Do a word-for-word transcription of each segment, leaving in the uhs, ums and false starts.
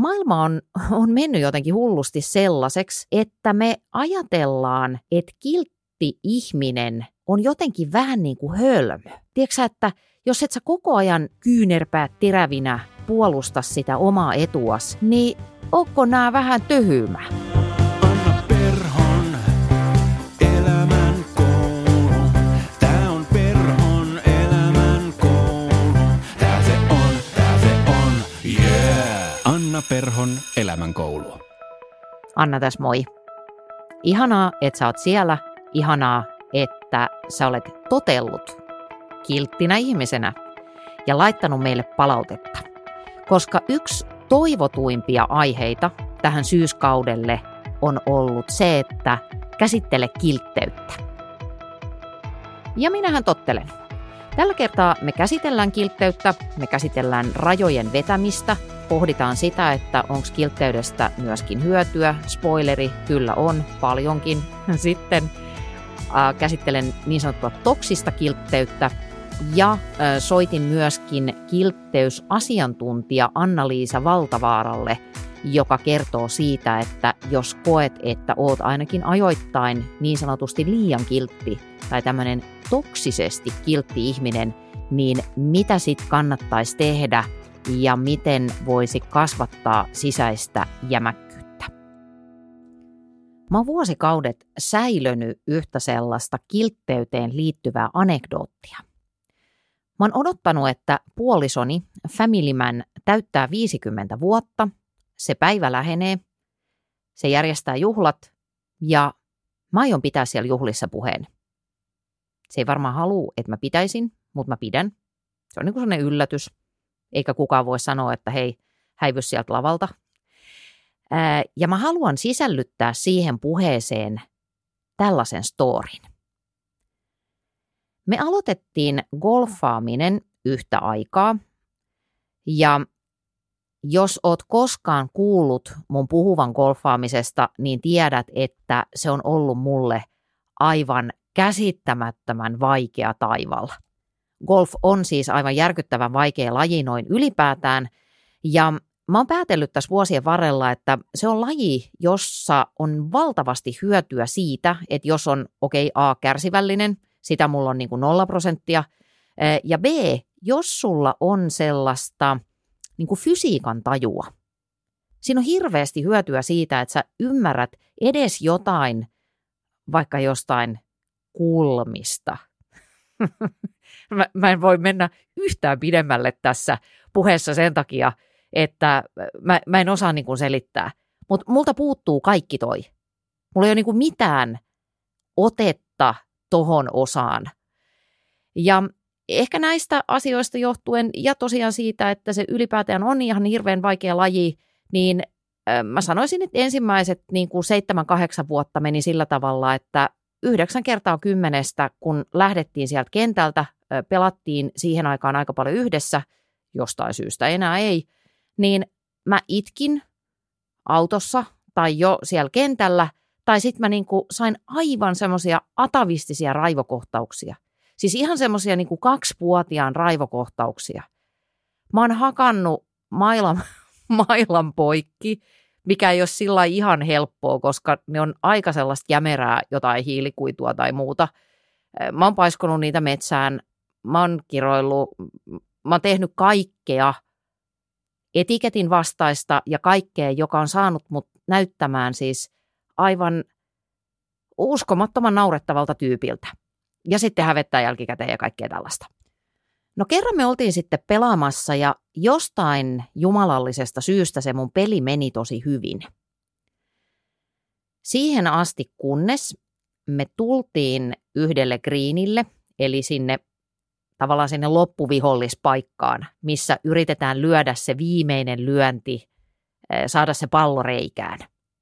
maailma on, on mennyt jotenkin hullusti sellaiseksi, että me ajatellaan, että kiltti ihminen on jotenkin vähän niin kuin hölmö. Tiedätkö sä, että jos et sä koko ajan kyynärpäät terävinä puolusta sitä omaa etuas, niin onko nää vähän töhymä? Anna Perhon elämän koulu. Tää on Perhon elämän koulu. Tää se on, tää se on, yeah! Anna Perhon elämän koulu. Anna tässä moi. Ihanaa, että sä oot siellä. Ihanaa, että sä olet totellut kilttinä ihmisenä ja laittanut meille palautetta. Koska yksi toivotuimpia aiheita tähän syyskaudelle on ollut se, että käsittele kiltteyttä. Ja minähän tottelen. Tällä kertaa me käsitellään kiltteyttä, me käsitellään rajojen vetämistä, pohditaan sitä, että onko kiltteydestä myöskin hyötyä. Spoileri, kyllä on, paljonkin. Sitten äh, käsittelen niin sanottua toksista kiltteyttä ja äh, soitin myöskin kiltteysasiantuntija Anna-Liisa Valtavaaralle, joka kertoo siitä, että jos koet, että oot ainakin ajoittain niin sanotusti liian kiltti tai tämmöinen toksisesti kiltti ihminen, niin mitä sit kannattaisi tehdä ja miten voisi kasvattaa sisäistä jämäkkyyttä. Mä oon vuosikaudet säilönyt yhtä sellaista kiltteyteen liittyvää anekdoottia. Mä oon odottanut, että puolisoni Family Man täyttää viisikymmentä vuotta, se päivä lähenee, se järjestää juhlat ja mä aion pitää siellä juhlissa puheen. Se ei varmaan halua, että mä pitäisin, mutta mä pidän. Se on niin kuin sellainen yllätys, eikä kukaan voi sanoa, että hei, häivy sieltä lavalta. Ää, ja mä haluan sisällyttää siihen puheeseen tällaisen storin. Me aloitettiin golfaaminen yhtä aikaa ja jos oot koskaan kuullut mun puhuvan golfaamisesta, niin tiedät, että se on ollut mulle aivan käsittämättömän vaikea taival. Golf on siis aivan järkyttävän vaikea laji noin ylipäätään ja mä oon päätellyt tässä vuosien varrella, että se on laji, jossa on valtavasti hyötyä siitä, että jos on okei okay, A kärsivällinen, sitä mulla on niin kuin nolla prosenttia ja B, jos sulla on sellaista niin kuin fysiikan tajua. Siinä on hirveästi hyötyä siitä, että sä ymmärrät edes jotain, vaikka jostain kulmista. mä, mä en voi mennä yhtään pidemmälle tässä puheessa sen takia, että mä, mä en osaa niin kuin selittää. Mutta multa puuttuu kaikki toi. Mulla ei ole niin kuin mitään otetta tohon osaan. Ja ehkä näistä asioista johtuen ja tosiaan siitä, että se ylipäätään on ihan hirveän vaikea laji, niin äh, mä sanoisin, että ensimmäiset niin kuin seitsemän, kahdeksan vuotta meni sillä tavalla, että yhdeksän kertaa kymmenestä, kun lähdettiin sieltä kentältä, äh, pelattiin siihen aikaan aika paljon yhdessä, jostain syystä enää ei, niin mä itkin autossa tai jo siellä kentällä, tai sitten mä niin kuin sain aivan semmoisia atavistisia raivokohtauksia. Siis ihan semmoisia niin kuin kaksivuotiaan raivokohtauksia. Mä oon hakannut mailan, mailan poikki, mikä ei ole sillä ihan helppoa, koska ne on aika sellaista jämerää, jotain hiilikuitua tai muuta. Mä oon paiskonut niitä metsään, mä oon kiroillut, mä oon tehnyt kaikkea etiketin vastaista ja kaikkea, joka on saanut mut näyttämään siis aivan uskomattoman naurettavalta tyypiltä. Ja sitten hävettää jälkikäteen ja kaikkea tällaista. No kerran me oltiin sitten pelaamassa ja jostain jumalallisesta syystä se mun peli meni tosi hyvin. Siihen asti kunnes me tultiin yhdelle greenille, eli sinne tavallaan sinne loppuvihollispaikkaan, missä yritetään lyödä se viimeinen lyönti, saada se pallo reikään.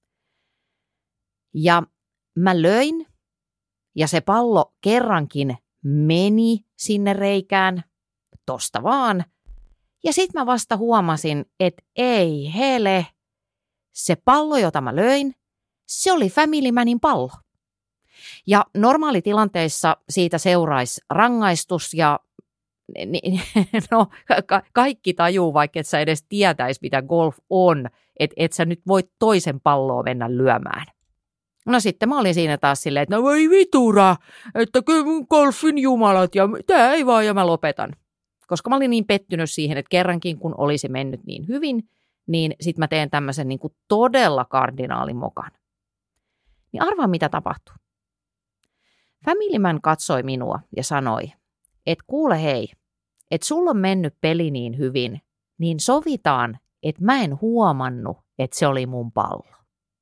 Ja mä löin. Ja se pallo kerrankin meni sinne reikään, tosta vaan. Ja sit mä vasta huomasin, että ei hele, se pallo, jota mä löin, se oli Family Manin pallo. Ja normaalitilanteissa siitä seuraisi rangaistus ja niin, no ka- kaikki tajuu, vaikka et sä edes tietäis, mitä golf on, että et sä nyt voit toisen palloa mennä lyömään. No sitten mä olin siinä taas silleen, että no voi vitura, että kyllä golfin jumalat ja tää ei vaan ja mä lopetan. Koska mä olin niin pettynyt siihen, että kerrankin kun olisi mennyt niin hyvin, niin sit mä teen tämmöisen niin kuin todella kardinaalin mokan. Niin arvaa mitä tapahtui. Family Man katsoi minua ja sanoi, että kuule hei, että sulla on mennyt peli niin hyvin, niin sovitaan, että mä en huomannut, että se oli mun pallo.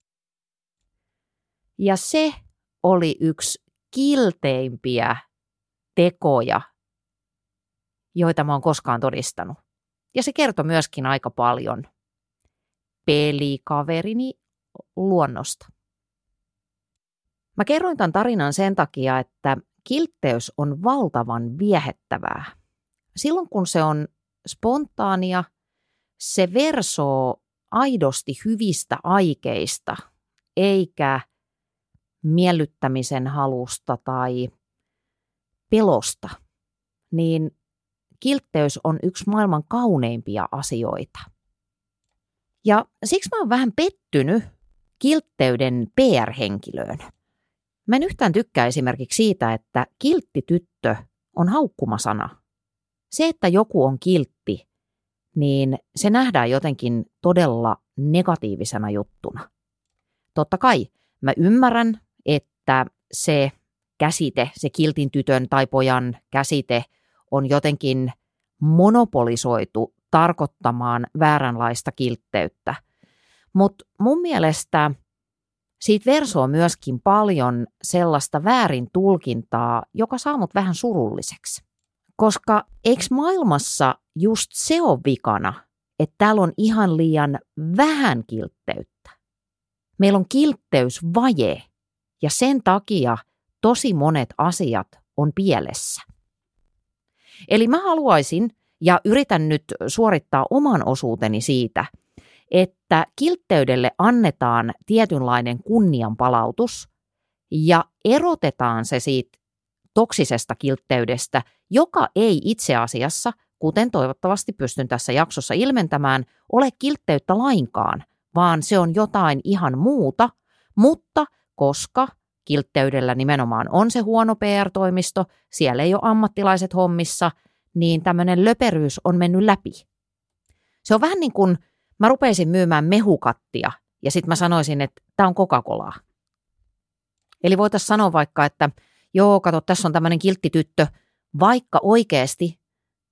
Ja se oli yksi kilteimpiä tekoja, joita mä oon koskaan todistanut. Ja se kertoi myöskin aika paljon pelikaverini luonnosta. Mä kerroin tämän tarinan sen takia, että kiltteys on valtavan viehättävää. Silloin kun se on spontaania, se versoo aidosti hyvistä aikeista, eikä miellyttämisen halusta tai pelosta, niin kiltteys on yksi maailman kauneimpia asioita. Ja siksi mä oon vähän pettynyt kiltteyden P R-henkilöön. Mä en yhtään tykkää esimerkiksi siitä, että kiltti tyttö on haukkumasana. Se, että joku on kiltti, niin se nähdään jotenkin todella negatiivisena juttuna. Totta kai mä ymmärrän, että se käsite, se kiltin tytön tai pojan käsite on jotenkin monopolisoitu tarkoittamaan vääränlaista kiltteyttä. Mutta mun mielestä siitä versoo myöskin paljon sellaista väärin tulkintaa, joka saa mut vähän surulliseksi. Koska eikö maailmassa just se on vikana, että täällä on ihan liian vähän kiltteyttä. Meillä on kiltteysvaje ja sen takia tosi monet asiat on pielessä. Eli mä haluaisin ja yritän nyt suorittaa oman osuuteni siitä, että kiltteydelle annetaan tietynlainen kunnianpalautus ja erotetaan se siitä toksisesta kiltteydestä, joka ei itse asiassa, kuten toivottavasti pystyn tässä jaksossa ilmentämään, ole kiltteyttä lainkaan, vaan se on jotain ihan muuta, mutta koska kiltteydellä nimenomaan on se huono P R-toimisto, siellä ei ole ammattilaiset hommissa, niin tämmöinen löperyys on mennyt läpi. Se on vähän niin kuin mä rupeisin myymään mehukattia ja sitten mä sanoisin, että tämä on Coca-Colaa. Eli voitaisiin sanoa vaikka, että joo, kato, tässä on tämmöinen kilttityttö, vaikka oikeasti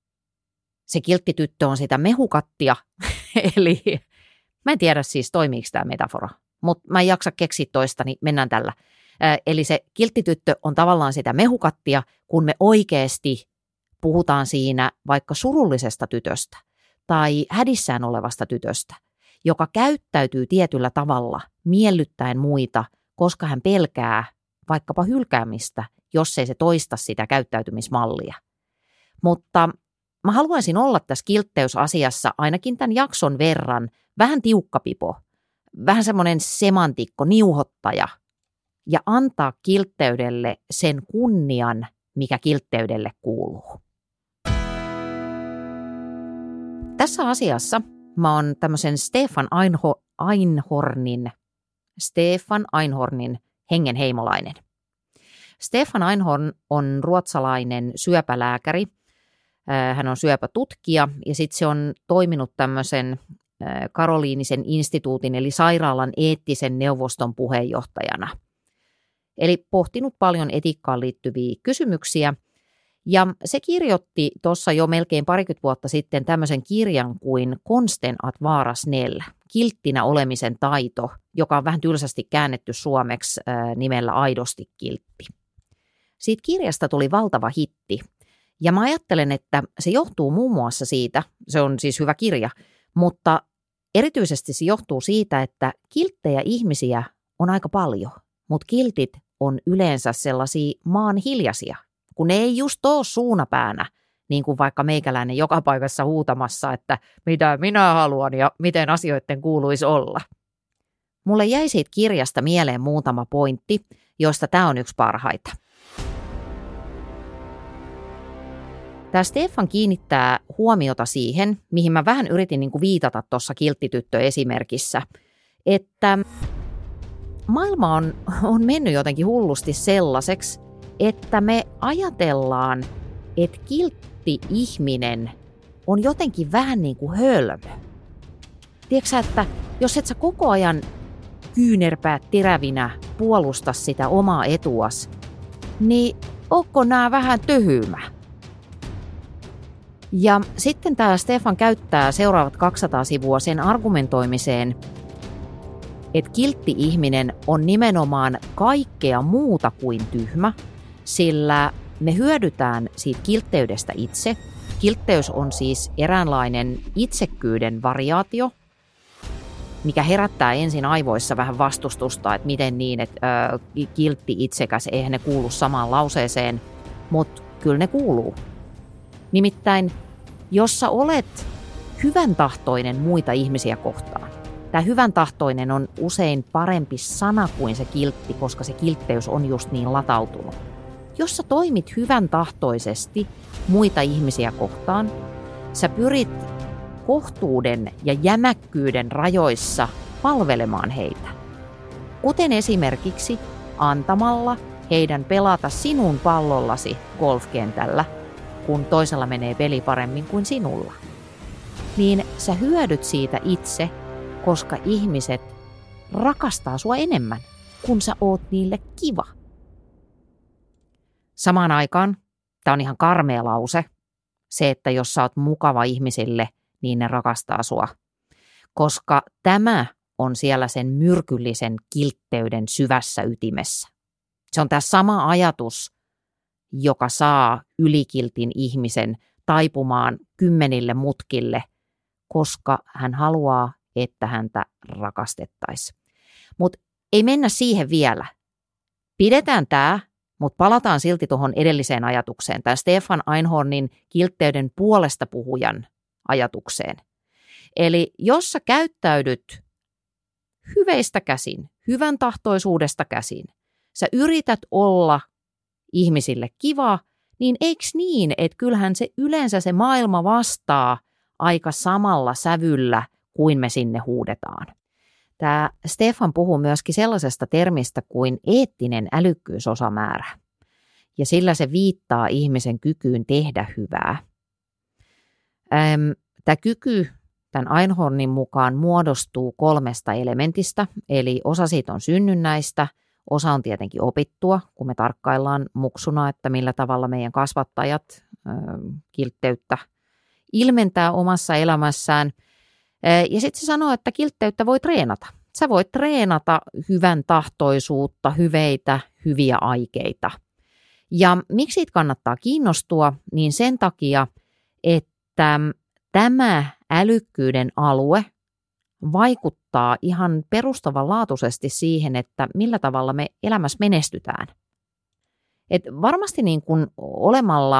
se kilttityttö on sitä mehukattia. Eli mä en tiedä siis toimiiko tämä metafora, mutta mä en jaksa keksiä toista, niin mennään tällä. Eli se kilttityttö on tavallaan sitä mehukattia, kun me oikeasti puhutaan siinä vaikka surullisesta tytöstä tai hädissään olevasta tytöstä, joka käyttäytyy tietyllä tavalla miellyttäen muita, koska hän pelkää vaikkapa hylkäämistä, jos ei se toista sitä käyttäytymismallia. Mutta mä haluaisin olla tässä kiltteysasiassa ainakin tämän jakson verran vähän tiukkapipo, vähän semmoinen semantikko, niuhottaja ja antaa kiltteydelle sen kunnian, mikä kiltteydelle kuuluu. Tässä asiassa mä oon tämmöisen Stefan Einho, Einhornin, Stefan Einhornin hengenheimolainen. Stefan Einhorn on ruotsalainen syöpälääkäri. Hän on syöpätutkija ja sitten se on toiminut tämmöisen Karoliinisen instituutin eli sairaalan eettisen neuvoston puheenjohtajana. Eli pohtinut paljon etiikkaan liittyviä kysymyksiä. Ja se kirjoitti tuossa jo melkein parikymmentä vuotta sitten tämmöisen kirjan kuin Konsten att vara snäll, kilttinä olemisen taito, joka on vähän tylsästi käännetty suomeksi nimellä Aidosti kiltti. Siitä kirjasta tuli valtava hitti. Ja mä ajattelen, että se johtuu muun muassa siitä, se on siis hyvä kirja, mutta erityisesti se johtuu siitä, että kilttejä ihmisiä on aika paljon, mutta kiltit on yleensä sellaisia maan hiljaisia, kun ne ei just ole suunapäänä, niin kuin vaikka meikäläinen joka paikassa huutamassa, että mitä minä haluan ja miten asioiden kuuluisi olla. Mulle jäi siitä kirjasta mieleen muutama pointti, joista tämä on yksi parhaita. Tämä Stefan kiinnittää huomiota siihen, mihin mä vähän yritin niin kuin viitata tuossa kilttityttö-esimerkissä, että maailma on, on mennyt jotenkin hullusti sellaiseksi, että me ajatellaan, että kiltti ihminen on jotenkin vähän niin kuin hölmö. Tiedätkö sä, että jos et sä koko ajan kyynärpäät terävinä puolusta sitä omaa etuas, niin onko nää vähän töhymä? Ja sitten tämä Stefan käyttää seuraavat kaksisataa sivua sen argumentoimiseen, että kiltti ihminen on nimenomaan kaikkea muuta kuin tyhmä, sillä me hyödytään siitä kiltteydestä itse. Kiltteys on siis eräänlainen itsekkyyden variaatio, mikä herättää ensin aivoissa vähän vastustusta, että miten niin, että äh, kiltti itsekäs, eihän ne kuulu samaan lauseeseen, mutta kyllä ne kuuluu. Nimittäin, jos sä olet hyvän tahtoinen muita ihmisiä kohtaan, tämä hyvän tahtoinen on usein parempi sana kuin se kiltti, koska se kiltteys on just niin latautunut. Jos sä toimit hyvän tahtoisesti muita ihmisiä kohtaan, sä pyrit kohtuuden ja jämäkkyyden rajoissa palvelemaan heitä. Kuten esimerkiksi antamalla heidän pelata sinun pallollasi golfkentällä, kun toisella menee peli paremmin kuin sinulla. Niin sä hyödyt siitä itse, koska ihmiset rakastaa sua enemmän, kun sä oot niille kiva. Samaan aikaan, tää on ihan karmea lause, se, että jos sä oot mukava ihmisille, niin ne rakastaa sua. Koska tämä on siellä sen myrkyllisen kiltteyden syvässä ytimessä. Se on tämä sama ajatus, joka saa ylikiltin ihmisen taipumaan kymmenille mutkille, koska hän haluaa, että häntä rakastettaisiin. Mutta ei mennä siihen vielä. Pidetään tämä, mutta palataan silti tuohon edelliseen ajatukseen, tämän Stefan Einhornin kiltteyden puolesta puhujan ajatukseen. Eli jos sä käyttäydyt hyveistä käsin, hyvän tahtoisuudesta käsin, sä yrität olla ihmisille kiva, niin eiks niin, että kyllähän se yleensä se maailma vastaa aika samalla sävyllä kuin me sinne huudetaan. Tämä Stefan puhuu myöskin sellaisesta termistä kuin eettinen älykkyysosamäärä, ja sillä se viittaa ihmisen kykyyn tehdä hyvää. Tämä kyky tämän Einhornin mukaan muodostuu kolmesta elementistä, eli osa siitä on synnynnäistä, osa on tietenkin opittua, kun me tarkkaillaan muksuna, että millä tavalla meidän kasvattajat ö, kiltteyttä ilmentää omassa elämässään. Ja sitten se sanoo, että kiltteyttä voi treenata. Sä voit treenata hyvän tahtoisuutta, hyveitä, hyviä aikeita. Ja miksi siitä kannattaa kiinnostua, niin sen takia, että tämä älykkyyden alue vaikuttaa ihan perustavanlaatuisesti siihen, että millä tavalla me elämässä menestytään. Et varmasti niin kuin olemalla,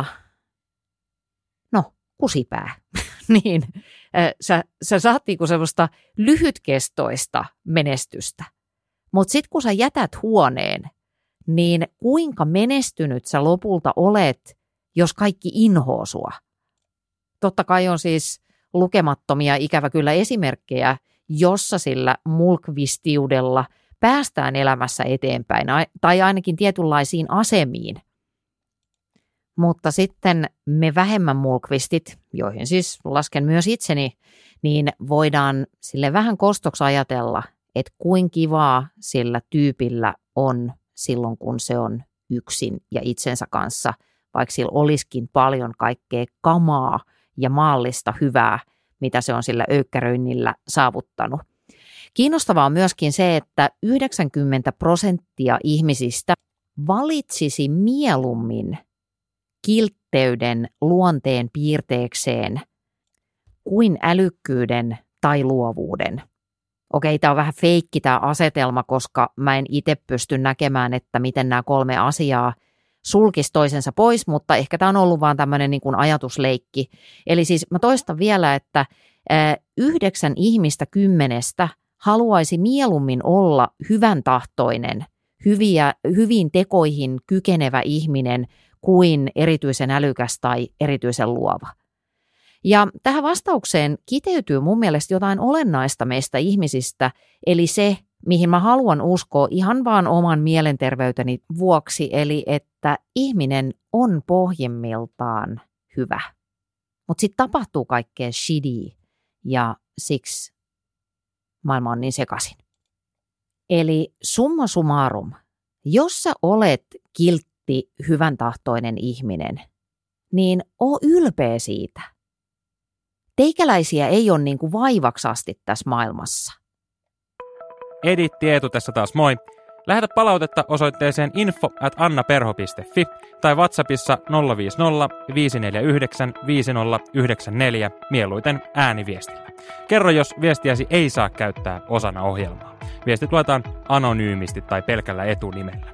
no kusipää, niin sä, sä saat niinku semmoista lyhytkestoista menestystä. Mutta sitten kun sä jätät huoneen, niin kuinka menestynyt sä lopulta olet, jos kaikki inhoo sua? Totta kai on siis lukemattomia ikävä kyllä esimerkkejä, jossa sillä mulkvistiudella päästään elämässä eteenpäin, tai ainakin tietynlaisiin asemiin. Mutta sitten me vähemmän mulkvistit, joihin siis lasken myös itseni, niin voidaan sille vähän kostoksi ajatella, että kuin kivaa sillä tyypillä on silloin, kun se on yksin ja itsensä kanssa, vaikka sillä olisikin paljon kaikkea kamaa ja maallista hyvää, mitä se on sillä öykkäröinnillä saavuttanut. Kiinnostavaa on myöskin se, että yhdeksänkymmentä prosenttia ihmisistä valitsisi mieluummin kiltteyden luonteen piirteekseen kuin älykkyyden tai luovuuden. Okei, tämä on vähän feikki tämä asetelma, koska mä en itse pysty näkemään, että miten nämä kolme asiaa sulkisi toisensa pois, mutta ehkä tämä on ollut vaan tämmöinen niin kuin ajatusleikki. Eli siis mä toistan vielä, että yhdeksän ihmistä kymmenestä haluaisi mieluummin olla hyvän tahtoinen, hyviä, hyviin tekoihin kykenevä ihminen, kuin erityisen älykäs tai erityisen luova. Ja tähän vastaukseen kiteytyy mun mielestä jotain olennaista meistä ihmisistä, eli se, mihin mä haluan uskoa ihan vaan oman mielenterveyteni vuoksi, eli että ihminen on pohjimmiltaan hyvä. Mutta sitten tapahtuu kaikkea shitty ja siksi maailma on niin sekaisin. Eli summa summarum, jos sä olet kiltti, hyvän tahtoinen ihminen, niin oo ylpeä siitä. Teikäläisiä ei ole niin kuin vaivaksi asti tässä maailmassa. Editti Eetu tässä taas moi. Lähetä palautetta osoitteeseen info at annaperho piste fi tai WhatsAppissa nolla viisi nolla viisi neljä yhdeksän viisi nolla yhdeksän neljä mieluiten ääniviestillä. Kerro, jos viestiäsi ei saa käyttää osana ohjelmaa. Viestit luetaan anonyymisti tai pelkällä etunimellä.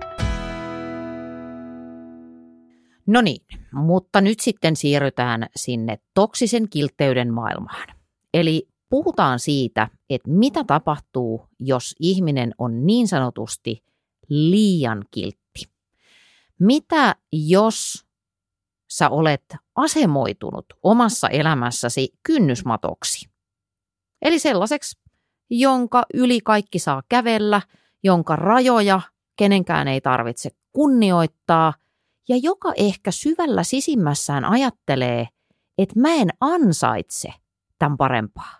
No niin, mutta nyt sitten siirrytään sinne toksisen kiltteyden maailmaan. Eli puhutaan siitä, että mitä tapahtuu, jos ihminen on niin sanotusti liian kiltti. Mitä jos sä olet asemoitunut omassa elämässäsi kynnysmatoksi? Eli sellaiseksi, jonka yli kaikki saa kävellä, jonka rajoja kenenkään ei tarvitse kunnioittaa ja joka ehkä syvällä sisimmässään ajattelee, että mä en ansaitse tämän parempaa.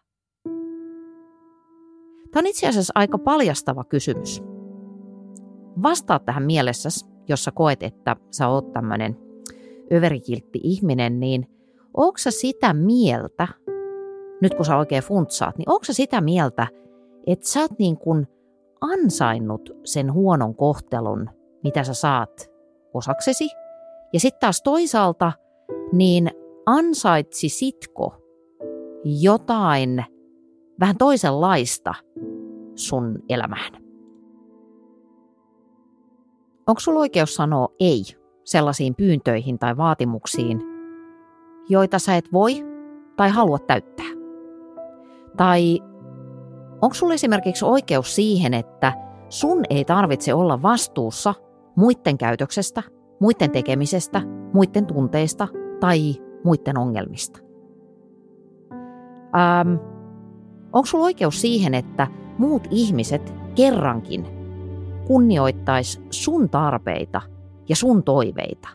Tämä on itse asiassa aika paljastava kysymys. Vastaa tähän mielessäsi, jos sä koet, että sä oot tämmöinen överikiltti ihminen, niin ootko sä sitä mieltä, nyt kun sä oikein funtsaat, niin ootko sä sitä mieltä, että sä oot niin kuin ansainnut sen huonon kohtelun, mitä sä saat osaksesi? Ja sitten taas toisaalta, niin ansaitsisitko jotain vähän toisenlaista sun elämään? Onko sulla oikeus sanoa ei sellaisiin pyyntöihin tai vaatimuksiin, joita sä et voi tai halua täyttää? Tai onko sulla esimerkiksi oikeus siihen, että sun ei tarvitse olla vastuussa muiden käytöksestä, muiden tekemisestä, muiden tunteista tai muiden ongelmista? Ähm, onko sulla oikeus siihen, että muut ihmiset kerrankin kunnioittais sun tarpeita ja sun toiveita?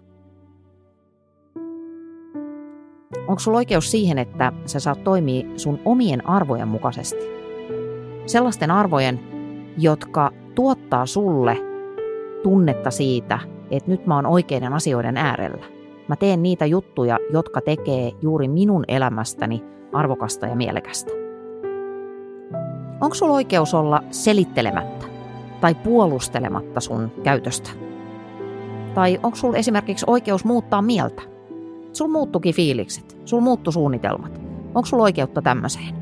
Onko sulla oikeus siihen, että sä saat toimia sun omien arvojen mukaisesti? Sellaisten arvojen, jotka tuottaa sulle tunnetta siitä, että nyt mä oon oikeiden asioiden äärellä. Mä teen niitä juttuja, jotka tekee juuri minun elämästäni arvokasta ja mielekästä. Onko sulla oikeus olla selittelemättä tai puolustelematta sun käytöstä? Tai onko sulla esimerkiksi oikeus muuttaa mieltä? Sulla muuttuikin fiilikset, sulla muuttu suunnitelmat. Onko sulla oikeutta tämmöiseen?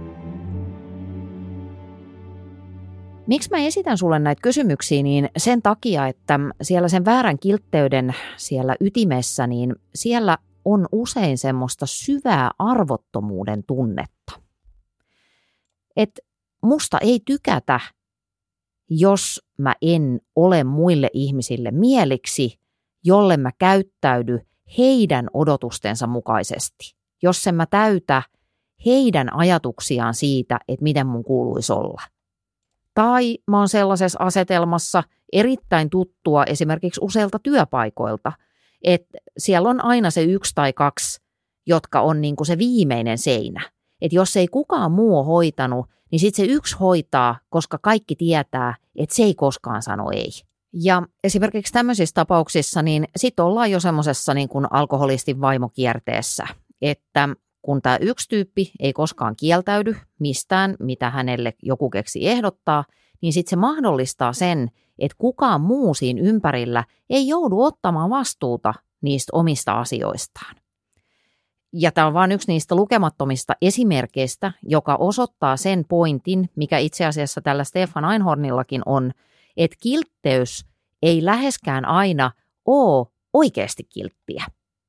Miksi mä esitän sulle näitä kysymyksiä, niin sen takia, että siellä sen väärän kiltteyden siellä ytimessä, niin siellä on usein semmoista syvää arvottomuuden tunnetta. Et musta ei tykätä, jos mä en ole muille ihmisille mieliksi, jolle mä käyttäydy heidän odotustensa mukaisesti. Jos en mä täytä heidän ajatuksiaan siitä, että miten mun kuuluisi olla. Tai mä oon sellaisessa asetelmassa erittäin tuttua esimerkiksi useilta työpaikoilta, että siellä on aina se yksi tai kaksi, jotka on niin kuin se viimeinen seinä. Että jos ei kukaan muu ole hoitanut, niin sitten se yksi hoitaa, koska kaikki tietää, että se ei koskaan sano ei. Ja esimerkiksi tämmöisissä tapauksissa, niin sitten ollaan jo semmoisessa niin kuin alkoholistin vaimokierteessä, että kun tämä yksi tyyppi ei koskaan kieltäydy mistään, mitä hänelle joku keksi ehdottaa, niin sitten se mahdollistaa sen, että kukaan muu siinä ympärillä ei joudu ottamaan vastuuta niistä omista asioistaan. Ja tämä on vain yksi niistä lukemattomista esimerkkeistä, joka osoittaa sen pointin, mikä itse asiassa tällä Stefan Einhornillakin on, että kiltteys ei läheskään aina ole oikeasti kilttiä.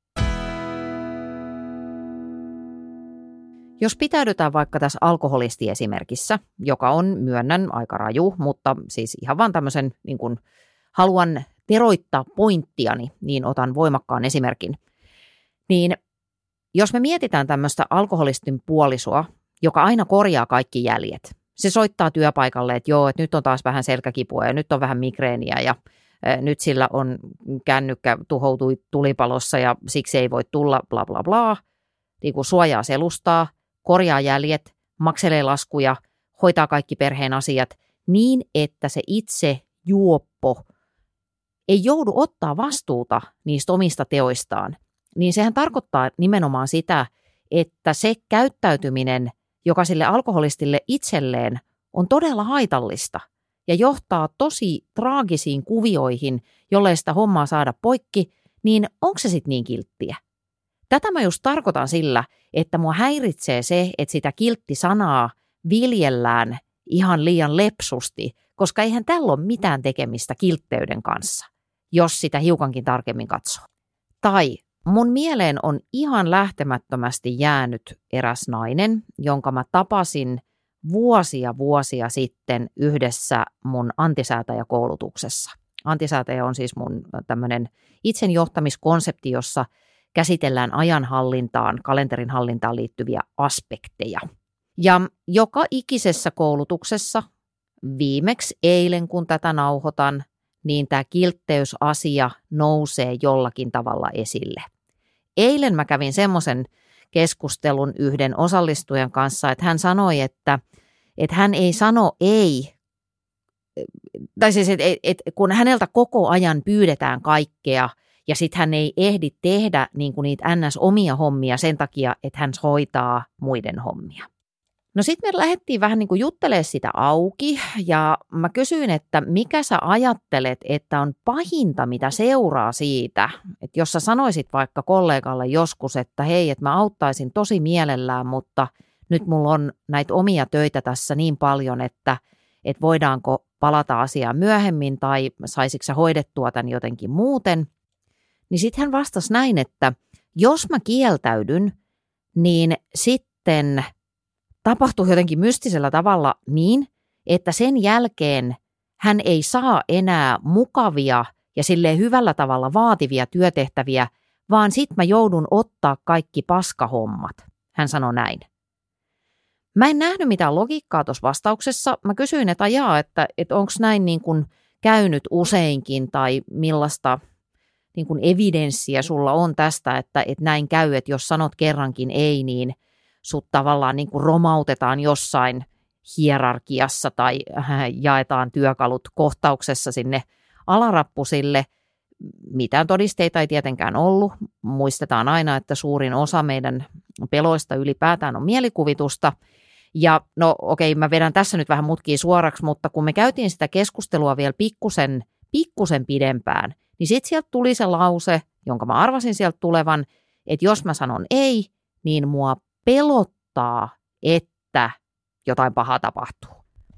Jos pitäydytään vaikka tässä alkoholistiesimerkissä, joka on, myönnän, aika raju, mutta siis ihan vaan tämmöisen, niin kuin, haluan teroittaa pointtiani, niin otan voimakkaan esimerkin. Niin jos me mietitään tämmöistä alkoholistin puolisoa, joka aina korjaa kaikki jäljet. Se soittaa työpaikalle, että joo, että nyt on taas vähän selkäkipua ja nyt on vähän migreeniä ja nyt sillä on kännykkä tuhoutui tulipalossa ja siksi ei voi tulla bla bla bla. Niin kuin suojaa selustaa, korjaa jäljet, makselee laskuja, hoitaa kaikki perheen asiat niin, että se itse juoppo ei joudu ottaa vastuuta niistä omista teoistaan. Niin sehän tarkoittaa nimenomaan sitä, että se käyttäytyminen, joka sille alkoholistille itselleen on todella haitallista ja johtaa tosi traagisiin kuvioihin, jollei sitä hommaa saada poikki, niin onko se sitten niin kilttiä? Tätä mä just tarkoitan sillä, että mua häiritsee se, että sitä kiltti-sanaa viljellään ihan liian lepsusti, koska eihän tällä ole mitään tekemistä kiltteyden kanssa, jos sitä hiukankin tarkemmin katsoo. Tai mun mieleen on ihan lähtemättömästi jäänyt eräs nainen, jonka mä tapasin vuosia vuosia sitten yhdessä mun antisäätäjäkoulutuksessa. Antisäätäjä on siis mun tämmöinen itsenjohtamiskonsepti, jossa käsitellään ajanhallintaan, kalenterin hallintaan liittyviä aspekteja. Ja joka ikisessä koulutuksessa, viimeksi eilen kun tätä nauhoitan, niin tämä kiltteysasia nousee jollakin tavalla esille. Eilen mä kävin semmoisen keskustelun yhden osallistujan kanssa, että hän sanoi, että, että hän ei sano ei, tai siis että, että kun häneltä koko ajan pyydetään kaikkea ja sitten hän ei ehdi tehdä niin kuin niitä ns. Omia hommia sen takia, että hän hoitaa muiden hommia. No sitten me lähdettiin vähän niin kuin juttelemaan sitä auki ja mä kysyin, että mikä sä ajattelet, että on pahinta, mitä seuraa siitä, että jos sä sanoisit vaikka kollegalle joskus, että hei, että mä auttaisin tosi mielellään, mutta nyt mulla on näitä omia töitä tässä niin paljon, että, että voidaanko palata asiaan myöhemmin tai saisitko sä hoidettua tämän jotenkin muuten, niin sitten hän vastasi näin, että jos mä kieltäydyn, niin sitten tapahtuu jotenkin mystisellä tavalla niin, että sen jälkeen hän ei saa enää mukavia ja silleen hyvällä tavalla vaativia työtehtäviä, vaan sit mä joudun ottaa kaikki paskahommat. Hän sanoi näin. Mä en nähnyt mitään logiikkaa tuossa vastauksessa. Mä kysyin, että ajaa, että, että onko näin niin kuin käynyt useinkin tai millaista niin kuin evidenssiä sulla on tästä, että, että näin käy, että jos sanot kerrankin ei, niin sut tavallaan niin kuin romautetaan jossain hierarkiassa tai jaetaan työkalut kohtauksessa sinne alarappusille. Mitään todisteita ei tietenkään ollut. Muistetaan aina, että suurin osa meidän peloista ylipäätään on mielikuvitusta. Ja no okei, mä vedän tässä nyt vähän mutkia suoraksi, mutta kun me käytiin sitä keskustelua vielä pikkusen, pikkusen pidempään, niin sitten sieltä tuli se lause, jonka mä arvasin sieltä tulevan, että jos mä sanon ei, niin mua pelottaa, että jotain pahaa tapahtuu.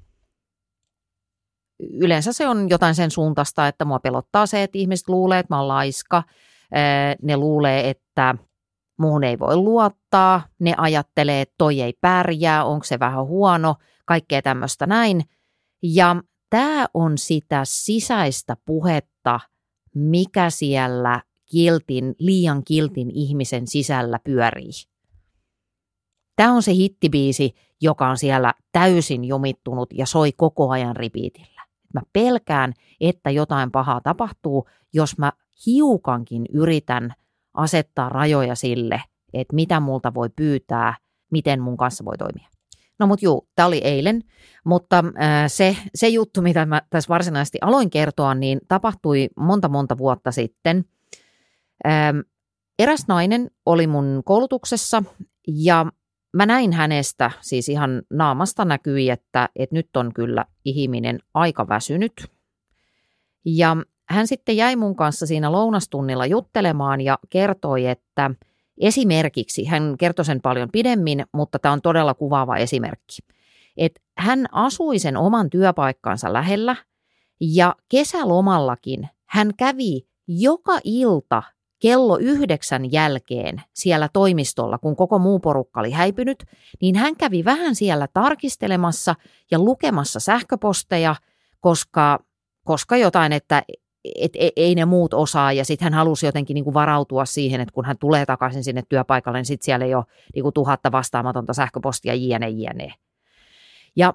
Yleensä se on jotain sen suuntaista, että mua pelottaa se, että ihmiset luulee, että mä oon laiska. Ne luulee, että muuhun ei voi luottaa. Ne ajattelee, että toi ei pärjää, onko se vähän huono, kaikkea tämmöistä näin. Ja tämä on sitä sisäistä puhetta, mikä siellä kiltin, liian kiltin ihmisen sisällä pyörii. Tämä on se hittibiisi, joka on siellä täysin jumittunut ja soi koko ajan ripiitillä. Mä pelkään, että jotain pahaa tapahtuu, jos mä hiukankin yritän asettaa rajoja sille, että mitä multa voi pyytää, miten mun kanssa voi toimia. No mut juu, tää oli eilen, mutta äh, se, se juttu, mitä mä tässä varsinaisesti aloin kertoa, niin tapahtui monta monta vuotta sitten. Ähm, eräs nainen oli mun koulutuksessa ja mä näin hänestä, siis ihan naamasta näkyi, että, että nyt on kyllä ihminen aika väsynyt. Ja hän sitten jäi mun kanssa siinä lounastunnilla juttelemaan ja kertoi, että esimerkiksi, hän kertoi sen paljon pidemmin, mutta tämä on todella kuvaava esimerkki, että hän asui sen oman työpaikkansa lähellä ja kesälomallakin hän kävi joka ilta kello yhdeksän jälkeen siellä toimistolla, kun koko muu porukka oli häipynyt, niin hän kävi vähän siellä tarkistelemassa ja lukemassa sähköposteja, koska, koska jotain, että et, et, ei ne muut osaa, ja sitten hän halusi jotenkin niin kuin varautua siihen, että kun hän tulee takaisin sinne työpaikalle, niin sitten siellä ei ole niin kuin tuhatta vastaamatonta sähköpostia jne, jne. Ja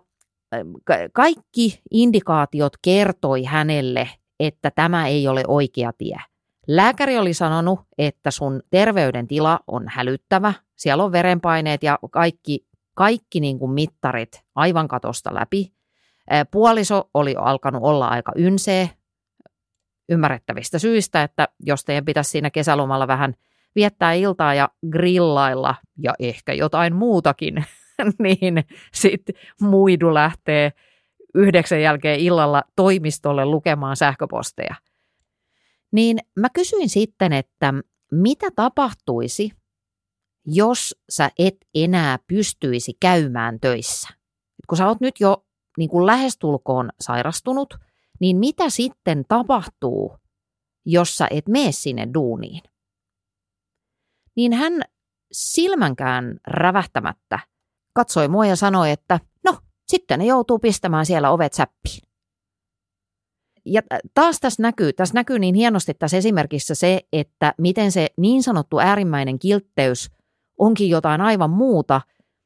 kaikki indikaatiot kertoi hänelle, että tämä ei ole oikea tie. Lääkäri oli sanonut, että sun terveydentila on hälyttävä, siellä on verenpaineet ja kaikki, kaikki niin kuin mittarit aivan katosta läpi. Puoliso oli alkanut olla aika ynseä ymmärrettävistä syistä, että jos teidän pitäisi siinä kesälomalla vähän viettää iltaa ja grillailla ja ehkä jotain muutakin, niin sitten muidu lähtee yhdeksän jälkeen illalla toimistolle lukemaan sähköposteja. Niin mä kysyin sitten, että mitä tapahtuisi, jos sä et enää pystyisi käymään töissä? Kun sä oot nyt jo niin kuin lähestulkoon sairastunut, niin mitä sitten tapahtuu, jos sä et mene sinne duuniin? Niin hän silmänkään rävähtämättä katsoi mua ja sanoi, että no, sitten ne joutuu pistämään siellä ovet säppiin. Ja taas tässä näkyy, tässä näkyy niin hienosti tässä esimerkissä se, että miten se niin sanottu äärimmäinen kiltteys onkin jotain aivan muuta,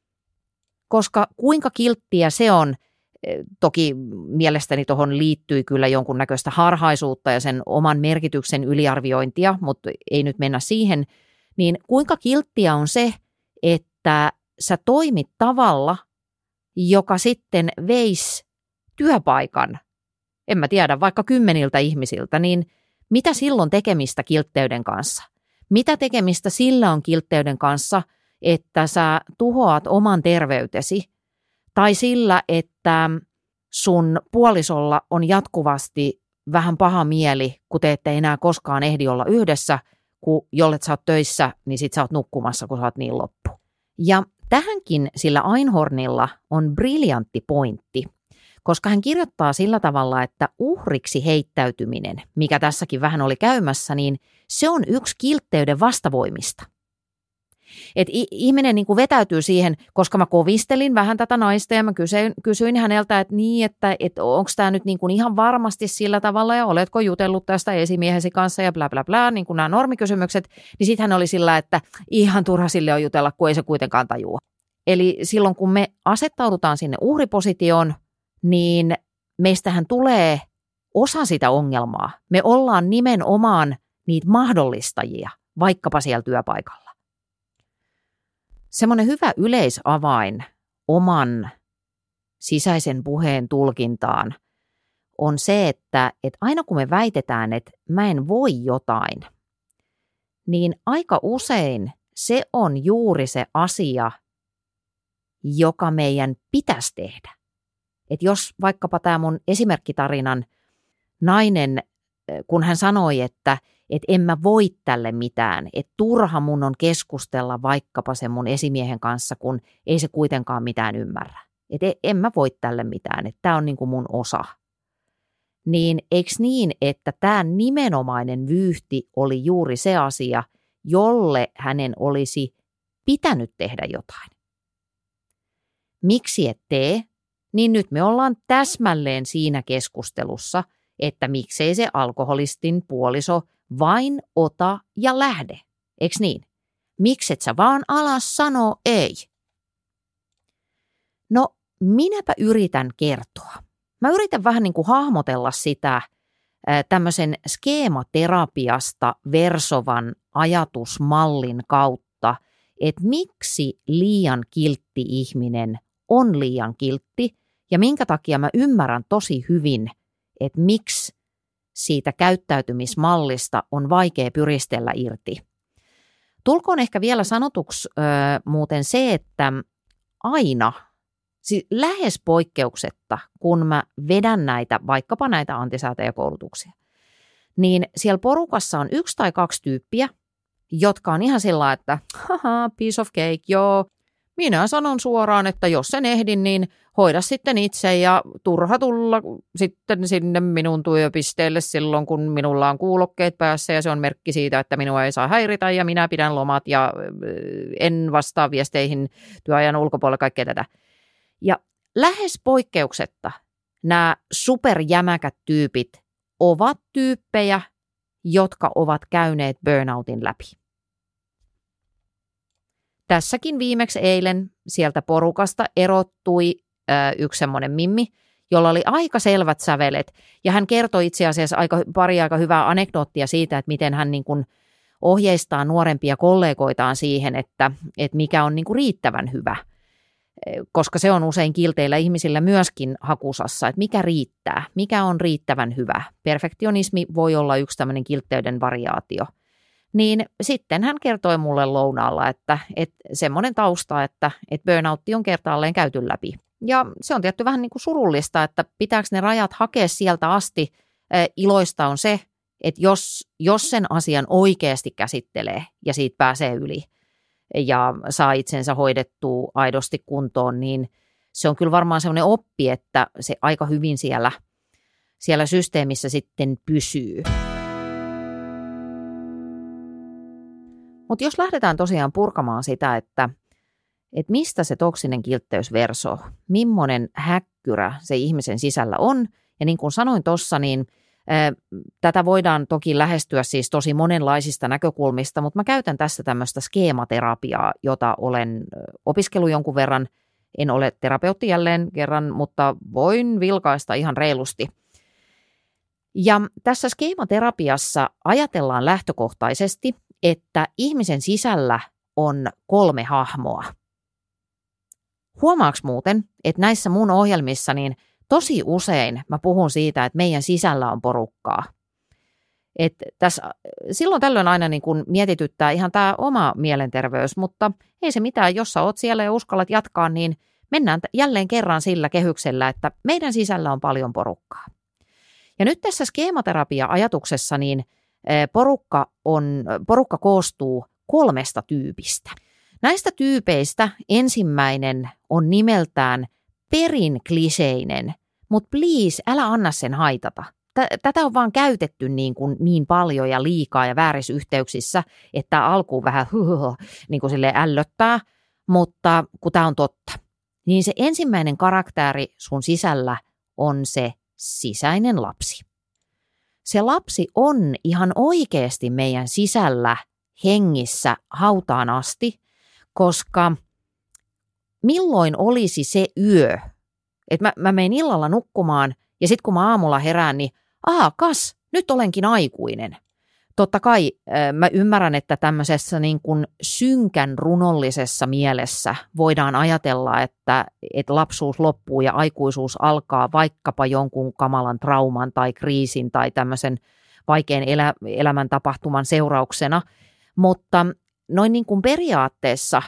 koska kuinka kilttiä se on, toki mielestäni tuohon liittyy kyllä jonkunnäköistä harhaisuutta ja sen oman merkityksen yliarviointia, mutta ei nyt mennä siihen, niin kuinka kilttiä on se, että sä toimit tavalla, joka sitten veisi työpaikan, en mä tiedä, vaikka kymmeniltä ihmisiltä, niin mitä silloin tekemistä kiltteyden kanssa? Mitä tekemistä sillä on kiltteyden kanssa, että sä tuhoat oman terveytesi, tai sillä, että sun puolisolla on jatkuvasti vähän paha mieli, kun te ette enää koskaan ehdi olla yhdessä, kun jollet sä oot töissä, niin sit sä oot nukkumassa, kun sä oot niin loppu. Ja tähänkin sillä Einhornilla on briljantti pointti, koska hän kirjoittaa sillä tavalla, että uhriksi heittäytyminen, mikä tässäkin vähän oli käymässä, niin se on yksi kiltteyden vastavoimista. Et ihminen niin kuin vetäytyy siihen, koska mä kovistelin vähän tätä naista ja mä kysyin, kysyin häneltä, että niin, että, että onko tämä nyt niin kuin ihan varmasti sillä tavalla ja oletko jutellut tästä esimiehesi kanssa ja bla bla bla, niin kuin nämä normikysymykset, niin sitten hän oli sillä, että ihan turha sille on jutella, kun ei se kuitenkaan tajua. Eli silloin kun me asettaudutaan sinne uhripositioon, niin meistähän tulee osa sitä ongelmaa. Me ollaan nimenomaan niitä mahdollistajia, vaikkapa siellä työpaikalla. Semmoinen hyvä yleisavain oman sisäisen puheen tulkintaan on se, että, että aina kun me väitetään, että mä en voi jotain, niin aika usein se on juuri se asia, joka meidän pitäisi tehdä. Että jos vaikkapa tämä mun esimerkkitarinan nainen, kun hän sanoi, että et en mä voi tälle mitään, että turha mun on keskustella vaikkapa sen mun esimiehen kanssa, kun ei se kuitenkaan mitään ymmärrä. Että en mä voi tälle mitään, että tämä on niin kuin mun osa. Niin eikö niin, että tämä nimenomainen vyyhti oli juuri se asia, jolle hänen olisi pitänyt tehdä jotain. Miksi et tee? Niin nyt me ollaan täsmälleen siinä keskustelussa, että miksei se alkoholistin puoliso vain ota ja lähde. Eiks niin? Mikset sä vaan alas sanoo ei? No, minäpä yritän kertoa. Mä yritän vähän niin kuin hahmotella sitä tämmöisen skeematerapiasta versovan ajatusmallin kautta, että miksi liian kiltti ihminen on liian kiltti ja minkä takia mä ymmärrän tosi hyvin, että miksi siitä käyttäytymismallista on vaikea pyristellä irti. Tulkoon ehkä vielä sanotuksi ö, muuten se, että aina, siis lähes poikkeuksetta, kun mä vedän näitä, vaikkapa näitä antisäätäjäkoulutuksia, niin siellä porukassa on yksi tai kaksi tyyppiä, jotka on ihan sillä, että haha, piece of cake, joo, minä sanon suoraan, että jos sen ehdin, niin hoida sitten itse ja turha tulla sitten sinne minun työpisteelle silloin, kun minulla on kuulokkeet päässä ja se on merkki siitä, että minua ei saa häiritä ja minä pidän lomat ja en vastaa viesteihin työajan ulkopuolella, kaikkea tätä. Ja lähes poikkeuksetta nämä superjämäkät tyypit ovat tyyppejä, jotka ovat käyneet burnoutin läpi. Tässäkin viimeksi eilen sieltä porukasta erottui ö, yksi semmoinen mimmi, jolla oli aika selvät sävelet, ja hän kertoi itse asiassa aika, pari aika hyvää anekdoottia siitä, että miten hän niin kuin ohjeistaa nuorempia kollegoitaan siihen, että, että mikä on niin kuin riittävän hyvä, koska se on usein kilteillä ihmisillä myöskin hakusassa, että mikä riittää, mikä on riittävän hyvä. Perfektionismi voi olla yksi tämmöinen kiltteyden variaatio. Niin sitten hän kertoi mulle lounaalla, että, että semmoinen tausta, että, että burnoutti on kertaalleen käyty läpi. Ja se on tietty vähän niin kuin surullista, että pitääkö ne rajat hakea sieltä asti. Iloista on se, että jos, jos sen asian oikeasti käsittelee ja siitä pääsee yli ja saa itsensä hoidettua aidosti kuntoon, niin se on kyllä varmaan sellainen oppi, että se aika hyvin siellä, siellä systeemissä sitten pysyy. Mutta jos lähdetään tosiaan purkamaan sitä, että, että mistä se toksinen kiltteys versoo, millainen häkkyrä se ihmisen sisällä on, ja niin kuin sanoin tuossa, niin ää, tätä voidaan toki lähestyä siis tosi monenlaisista näkökulmista, mutta mä käytän tässä tämmöistä skeematerapiaa, jota olen opiskellut jonkun verran. En ole terapeutti jälleen kerran, mutta voin vilkaista ihan reilusti. Ja tässä skeematerapiassa ajatellaan lähtökohtaisesti, että ihmisen sisällä on kolme hahmoa. Huomaaks muuten, että näissä mun ohjelmissa niin tosi usein mä puhun siitä, että meidän sisällä on porukkaa. Et tässä, silloin tällöin aina niin kun mietityttää ihan tämä oma mielenterveys, mutta ei se mitään, jos sä oot siellä ja uskallat jatkaa, niin mennään jälleen kerran sillä kehyksellä, että meidän sisällä on paljon porukkaa. Ja nyt tässä skeematerapia-ajatuksessa niin porukka, on, porukka koostuu kolmesta tyypistä. Näistä tyypeistä ensimmäinen on nimeltään perin kliseinen, mutta please, älä anna sen haitata. Tätä on vaan käytetty niin, kuin niin paljon ja liikaa ja väärissä yhteyksissä, että alkuun vähän niin kuin silleen ällöttää, mutta kun tämä on totta, niin se ensimmäinen karakteri sun sisällä on se sisäinen lapsi. Se lapsi on ihan oikeasti meidän sisällä hengissä hautaan asti, koska milloin olisi se yö, että mä, mä menen illalla nukkumaan ja sitten kun mä aamulla herään, niin aha, kas, nyt olenkin aikuinen. Totta kai mä ymmärrän, että tämmöisessä niin kuin synkän runollisessa mielessä voidaan ajatella, että, että lapsuus loppuu ja aikuisuus alkaa vaikkapa jonkun kamalan trauman tai kriisin tai tämmöisen vaikean elä, elämän tapahtuman seurauksena, mutta noin niin kuin periaatteessa,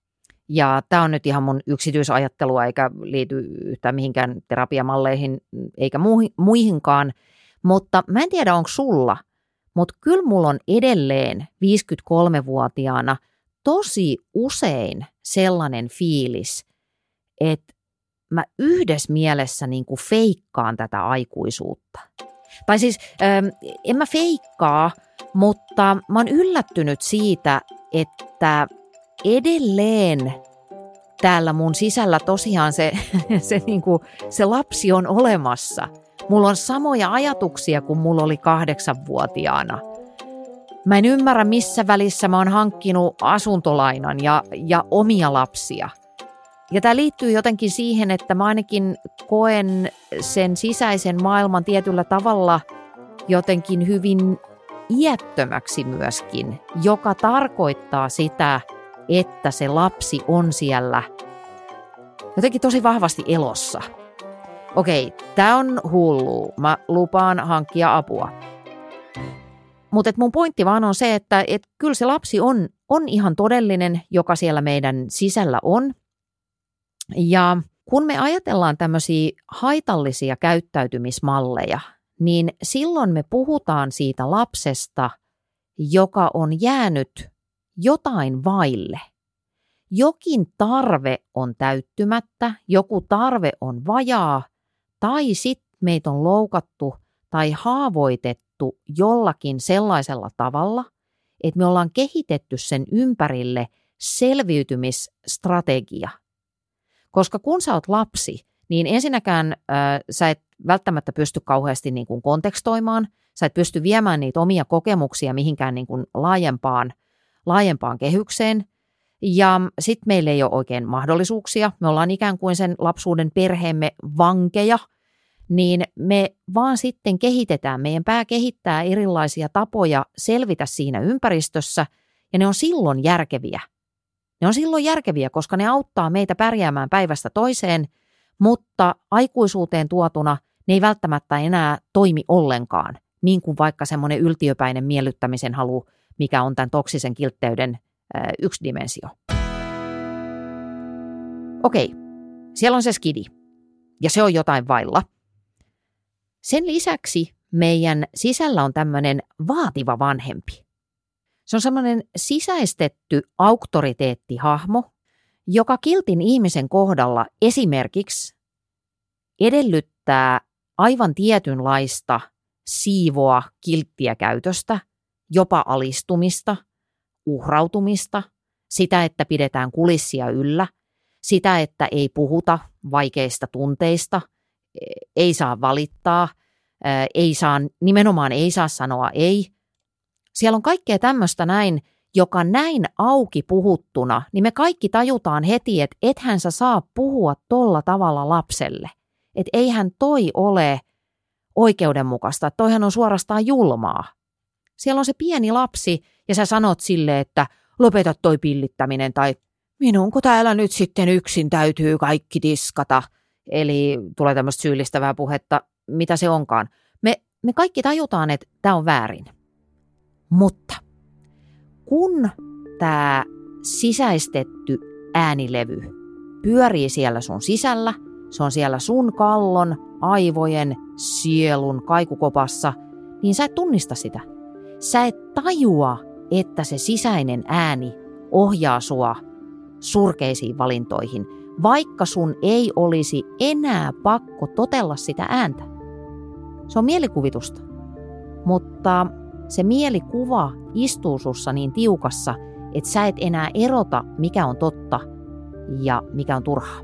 ja tämä on nyt ihan mun yksityisajattelua eikä liity yhtään mihinkään terapiamalleihin eikä muihinkaan, mutta mä en tiedä onko sulla, mutta kyllä mulla on edelleen viisikymmentäkolmevuotiaana tosi usein sellainen fiilis, että mä yhdessä mielessä niin kuin feikkaan tätä aikuisuutta. Tai siis ähm, en mä feikkaa, mutta mä oon yllättynyt siitä, että edelleen täällä mun sisällä tosiaan se, se, niin kuin, se lapsi on olemassa. Mulla on samoja ajatuksia kuin mulla oli kahdeksanvuotiaana. Mä en ymmärrä, missä välissä mä oon hankkinut asuntolainan ja, ja omia lapsia. Ja tää liittyy jotenkin siihen, että mä ainakin koen sen sisäisen maailman tietyllä tavalla jotenkin hyvin iättömäksi myöskin, joka tarkoittaa sitä, että se lapsi on siellä jotenkin tosi vahvasti elossa. Okei, tää on hullu. Mä lupaan hankkia apua. Mutta mun pointti vaan on se, että et kyllä se lapsi on, on ihan todellinen, joka siellä meidän sisällä on. Ja kun me ajatellaan tämmöisiä haitallisia käyttäytymismalleja, niin silloin me puhutaan siitä lapsesta, joka on jäänyt jotain vaille. Jokin tarve on täyttymättä, joku tarve on vajaa, tai sitten meitä on loukattu tai haavoitettu jollakin sellaisella tavalla, että me ollaan kehitetty sen ympärille selviytymisstrategia. Koska kun sä oot lapsi, niin ensinnäkään äh, sä et välttämättä pysty kauheasti niin kuin kontekstoimaan, sä et pysty viemään niitä omia kokemuksia mihinkään niin kuin laajempaan, laajempaan kehykseen, ja sitten meillä ei ole oikein mahdollisuuksia, me ollaan ikään kuin sen lapsuuden perheemme vankeja, niin me vaan sitten kehitetään, meidän pää kehittää erilaisia tapoja selvitä siinä ympäristössä, ja ne on silloin järkeviä. Ne on silloin järkeviä, koska ne auttaa meitä pärjäämään päivästä toiseen, mutta aikuisuuteen tuotuna ne ei välttämättä enää toimi ollenkaan, niin kuin vaikka semmoinen yltiöpäinen miellyttämisen halu, mikä on tämän toksisen kiltteyden äh, yksi dimensio. Okei, siellä on se skidi, ja se on jotain vailla. Sen lisäksi meidän sisällä on tämmöinen vaativa vanhempi. Se on semmoinen sisäistetty auktoriteettihahmo, joka kiltin ihmisen kohdalla esimerkiksi edellyttää aivan tietynlaista siivoa kilttiä käytöstä, jopa alistumista, uhrautumista, sitä, että pidetään kulissia yllä, sitä, että ei puhuta vaikeista tunteista, ei saa valittaa, ei saa, nimenomaan ei saa sanoa ei. Siellä on kaikkea tämmöistä näin, joka näin auki puhuttuna, niin me kaikki tajutaan heti, että ethän sä saa puhua tolla tavalla lapselle. Että eihän toi ole oikeudenmukaista, että toihan on suorastaan julmaa. Siellä on se pieni lapsi ja sä sanot sille, että lopeta toi pillittäminen tai minunko täällä nyt sitten yksin täytyy kaikki tiskata. Eli tulee tämmöistä syyllistävää puhetta, mitä se onkaan. Me, me kaikki tajutaan, että tämä on väärin. Mutta kun tämä sisäistetty äänilevy pyörii siellä sun sisällä, se on siellä sun kallon, aivojen, sielun kaikukopassa, niin sä et tunnista sitä. Sä et tajua, että se sisäinen ääni ohjaa sua surkeisiin valintoihin, vaikka sun ei olisi enää pakko totella sitä ääntä. Se on mielikuvitusta, mutta se mielikuva istuu sussa niin tiukassa, että sä et enää erota, mikä on totta ja mikä on turhaa.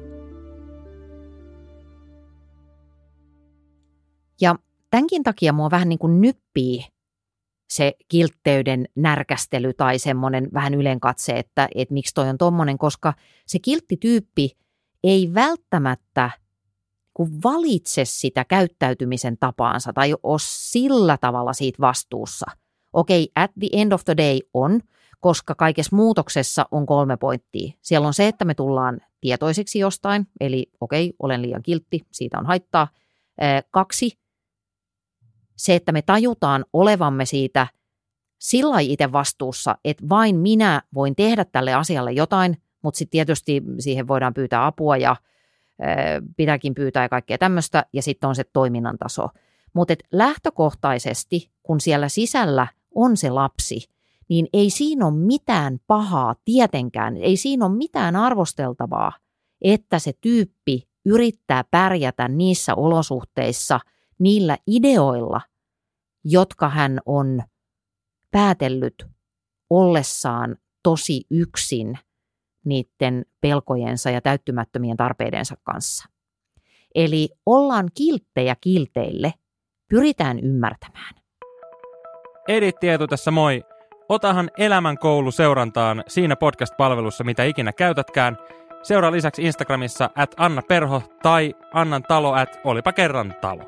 Ja tämänkin takia mua vähän niin kuin nyppii se kiltteyden närkästely tai semmoinen vähän ylenkatse, että, että miksi toi on tommonen, koska se kilttityyppi ei välttämättä kun valitse sitä käyttäytymisen tapaansa tai ole sillä tavalla siitä vastuussa. Okei, at the end of the day on, koska kaikessa muutoksessa on kolme pointtia. Siellä on se, että me tullaan tietoisiksi jostain, eli okei, olen liian kiltti, siitä on haittaa. Kaksi, se, että me tajutaan olevamme siitä sillä lailla itse vastuussa, että vain minä voin tehdä tälle asialle jotain, mutta sitten tietysti siihen voidaan pyytää apua ja pitääkin pyytää ja kaikkea tämmöistä, ja sitten on se toiminnan taso. Mutta lähtökohtaisesti, kun siellä sisällä on se lapsi, niin ei siinä ole mitään pahaa tietenkään, ei siinä ole mitään arvosteltavaa, että se tyyppi yrittää pärjätä niissä olosuhteissa, niillä ideoilla, jotka hän on päätellyt ollessaan tosi yksin niiden pelkojensa ja täyttymättömien tarpeidensa kanssa. Eli ollaan kilttejä kilteille, pyritään ymmärtämään. Edit Tieto tässä moi. Otahan Elämänkoulu seurantaan siinä podcast-palvelussa, mitä ikinä käytätkään. Seuraa lisäksi Instagramissa at Anna Perho tai Annan talo at Olipa kerran talo.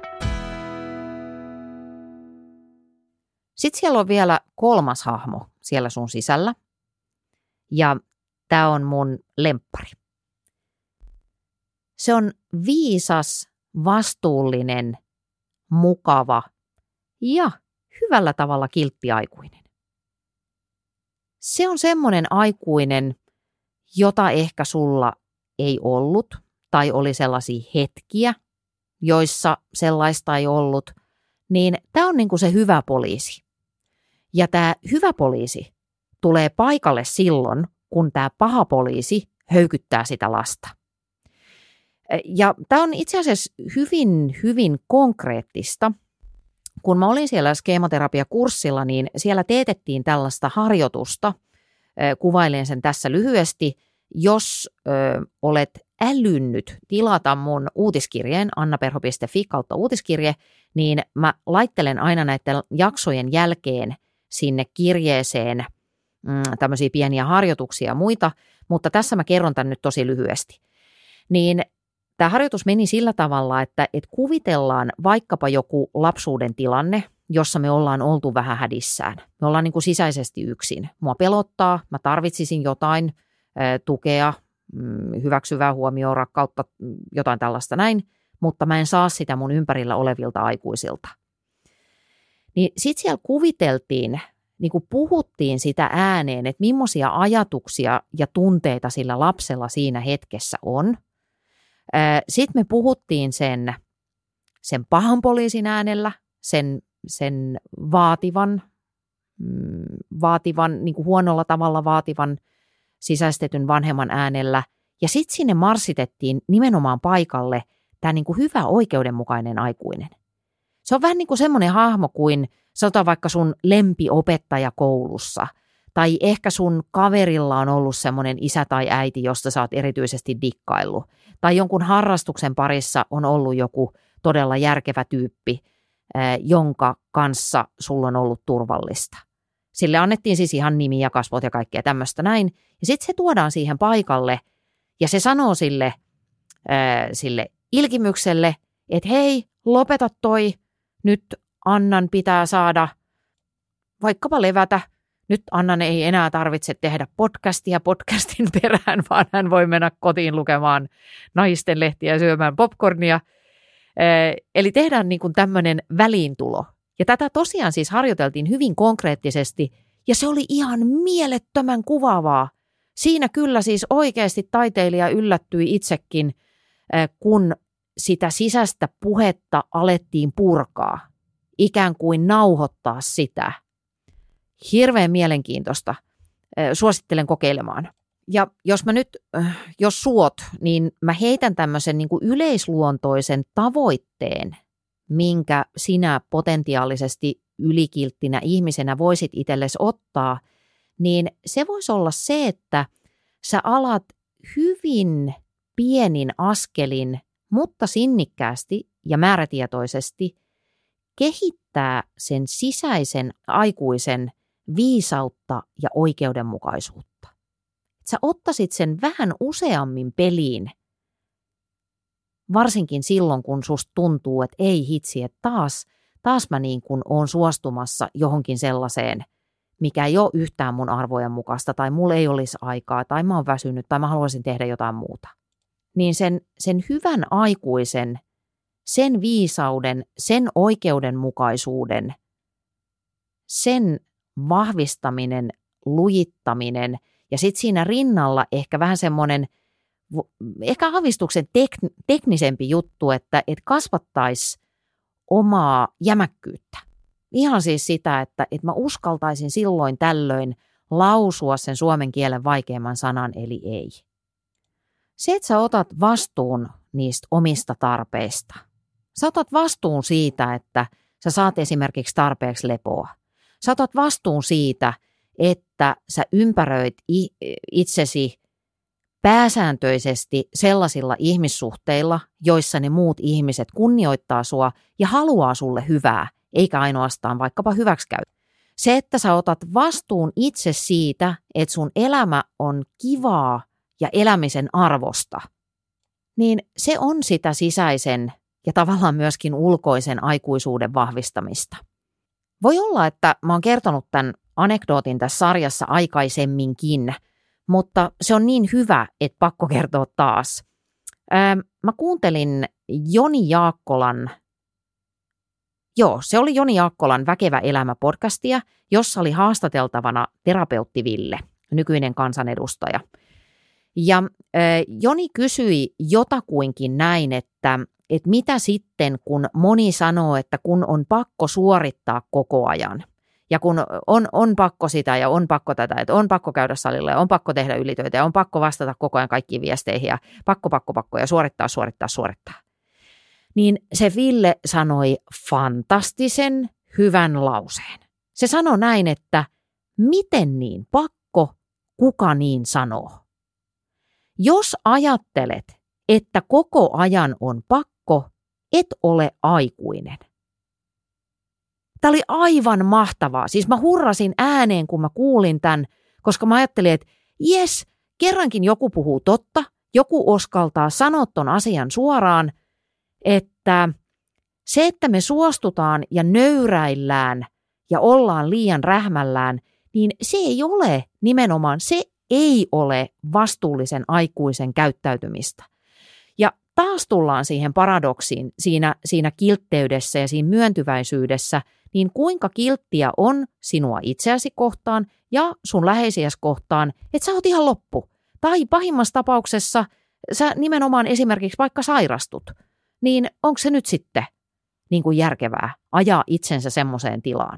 Sitten siellä on vielä kolmas hahmo siellä sun sisällä. Ja tämä on mun lemppari. Se on viisas, vastuullinen, mukava ja hyvällä tavalla kiltti aikuinen. Se on semmoinen aikuinen, jota ehkä sulla ei ollut tai oli sellaisia hetkiä, joissa sellaista ei ollut, niin tämä on niinku se hyvä poliisi. Ja tämä hyvä poliisi tulee paikalle silloin, kun tämä paha poliisi höykyttää sitä lasta. Ja tämä on itse asiassa hyvin, hyvin konkreettista. Kun mä olin siellä skeematerapiakurssilla, niin siellä teetettiin tällaista harjoitusta, kuvailen sen tässä lyhyesti. Jos ö, olet älynnyt tilata mun uutiskirjeen annaperho piste fi kautta uutiskirje, niin mä laittelen aina näiden jaksojen jälkeen sinne kirjeeseen mm, tämmöisiä pieniä harjoituksia ja muita, mutta tässä mä kerron tämän nyt tosi lyhyesti. Niin tämä harjoitus meni sillä tavalla, että et kuvitellaan vaikkapa joku lapsuuden tilanne, jossa me ollaan oltu vähän hädissään. Me ollaan niin kuin sisäisesti yksin. Mua pelottaa, mä tarvitsisin jotain ä, tukea, mm, hyväksyvää huomioon, rakkautta, jotain tällaista näin, mutta mä en saa sitä mun ympärillä olevilta aikuisilta. Niin sitten siellä kuviteltiin, niin kuin puhuttiin sitä ääneen, että millaisia ajatuksia ja tunteita sillä lapsella siinä hetkessä on. Sitten me puhuttiin sen, sen pahan poliisin äänellä, sen, sen vaativan, vaativan niin kuin huonolla tavalla vaativan sisäistetyn vanhemman äänellä. Ja sitten sinne marssitettiin nimenomaan paikalle tämä niin kuin hyvä oikeudenmukainen aikuinen. Se on vähän niin kuin semmoinen hahmo kuin sanotaan vaikka sun lempiopettaja koulussa. Tai ehkä sun kaverilla on ollut semmoinen isä tai äiti, josta sä oot erityisesti dikkaillut. Tai jonkun harrastuksen parissa on ollut joku todella järkevä tyyppi, jonka kanssa sulla on ollut turvallista. Sille annettiin siis ihan nimi ja kasvot ja kaikkea tämmöistä näin. Ja sitten se tuodaan siihen paikalle ja se sanoo sille, ää, sille ilkimykselle, että hei, lopeta toi, nyt Annan pitää saada vaikkapa levätä. Nyt Annan ei enää tarvitse tehdä podcastia podcastin perään, vaan hän voi mennä kotiin lukemaan naisten lehtiä ja syömään popcornia. Eli tehdään niin kuin tämmöinen väliintulo. Ja tätä tosiaan siis harjoiteltiin hyvin konkreettisesti, ja se oli ihan mielettömän kuvaavaa. Siinä kyllä siis oikeasti taiteilija yllättyi itsekin, kun sitä sisäistä puhetta alettiin purkaa, ikään kuin nauhoittaa sitä. Hirveän mielenkiintoista. Suosittelen kokeilemaan. Ja jos mä nyt, jos suot, niin mä heitän tämmöisen niin kuin yleisluontoisen tavoitteen, minkä sinä potentiaalisesti ylikilttinä ihmisenä voisit itsellesi ottaa, niin se voisi olla se, että sä alat hyvin pienin askelin, mutta sinnikkäästi ja määrätietoisesti kehittää sen sisäisen aikuisen viisautta ja oikeudenmukaisuutta. Sä ottaisit sen vähän useammin peliin, varsinkin silloin, kun susta tuntuu, että ei hitsi, että taas, taas mä niin kuin oon suostumassa johonkin sellaiseen, mikä ei ole yhtään mun arvojen mukaista, tai mulla ei olisi aikaa, tai mä oon väsynyt, tai mä haluaisin tehdä jotain muuta. Niin sen, sen hyvän aikuisen, sen viisauden, sen oikeudenmukaisuuden, sen vahvistaminen, lujittaminen ja sitten siinä rinnalla ehkä vähän semmoinen, ehkä aavistuksen tek- teknisempi juttu, että et kasvattaisi omaa jämäkkyyttä. Ihan siis sitä, että et mä uskaltaisin silloin tällöin lausua sen suomen kielen vaikeimman sanan eli ei. Se, että sä otat vastuun niistä omista tarpeista. Sä otat vastuun siitä, että sä saat esimerkiksi tarpeeksi lepoa. Sä otat vastuun siitä, että sä ympäröit itsesi pääsääntöisesti sellaisilla ihmissuhteilla, joissa ne muut ihmiset kunnioittaa sua ja haluaa sulle hyvää, eikä ainoastaan vaikkapa hyväksikäyt. Se, että sä otat vastuun itse siitä, että sun elämä on kivaa ja elämisen arvosta, niin se on sitä sisäisen ja tavallaan myöskin ulkoisen aikuisuuden vahvistamista. Voi olla, että mä oon kertonut tämän anekdootin tässä sarjassa aikaisemminkin, mutta se on niin hyvä, että pakko kertoa taas. Ää, mä kuuntelin Joni Jaakkolan, joo, se oli Joni Jaakkolan Väkevä elämä -podcastia, jossa oli haastateltavana terapeutti Ville, nykyinen kansanedustaja. Ja ää, Joni kysyi jotakuinkin näin, että että mitä sitten, kun moni sanoo, että kun on pakko suorittaa koko ajan, ja kun on, on pakko sitä ja on pakko tätä, että on pakko käydä salilla ja on pakko tehdä ylitöitä ja on pakko vastata koko ajan kaikkiin viesteihin ja pakko, pakko, pakko ja suorittaa, suorittaa, suorittaa. Niin se Ville sanoi fantastisen hyvän lauseen. Se sanoi näin, että miten niin pakko, kuka niin sanoo? Jos ajattelet, että koko ajan on pakko, et ole aikuinen. Tämä oli aivan mahtavaa. Siis mä hurrasin ääneen, kun mä kuulin tämän, koska mä ajattelin, että jes, kerrankin joku puhuu totta, joku uskaltaa sanoa ton asian suoraan, että se, että me suostutaan ja nöyräillään ja ollaan liian rähmällään, niin se ei ole nimenomaan, se ei ole vastuullisen aikuisen käyttäytymistä. Ja taas tullaan siihen paradoksiin siinä, siinä kiltteydessä ja siinä myöntyväisyydessä, niin kuinka kilttiä on sinua itseäsi kohtaan ja sun läheisiäsi kohtaan, että sä oot ihan loppu. Tai pahimmassa tapauksessa sä nimenomaan esimerkiksi vaikka sairastut, niin onko se nyt sitten niin kuin järkevää ajaa itsensä semmoiseen tilaan?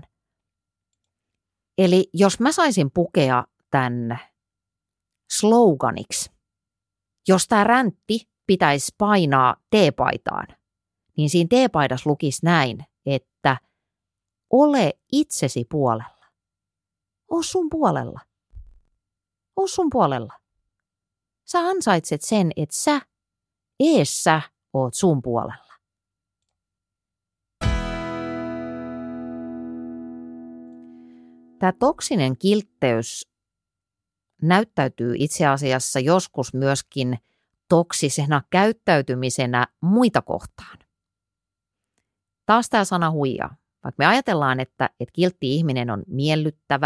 Eli jos mä saisin pukea tämän sloganiksi, jos tämä räntti pitäisi painaa teepaitaan, niin siinä teepaidassa lukisi näin, että ole itsesi puolella. Oo sun puolella. Oo sun puolella. Sä ansaitset sen, että sä, ees sä, oot sun puolella. Tämä toksinen kiltteys näyttäytyy itse asiassa joskus myöskin toksisena käyttäytymisenä muita kohtaan. Taas tämä sana huijaa. Vaikka me ajatellaan, että, että kiltti ihminen on miellyttävä,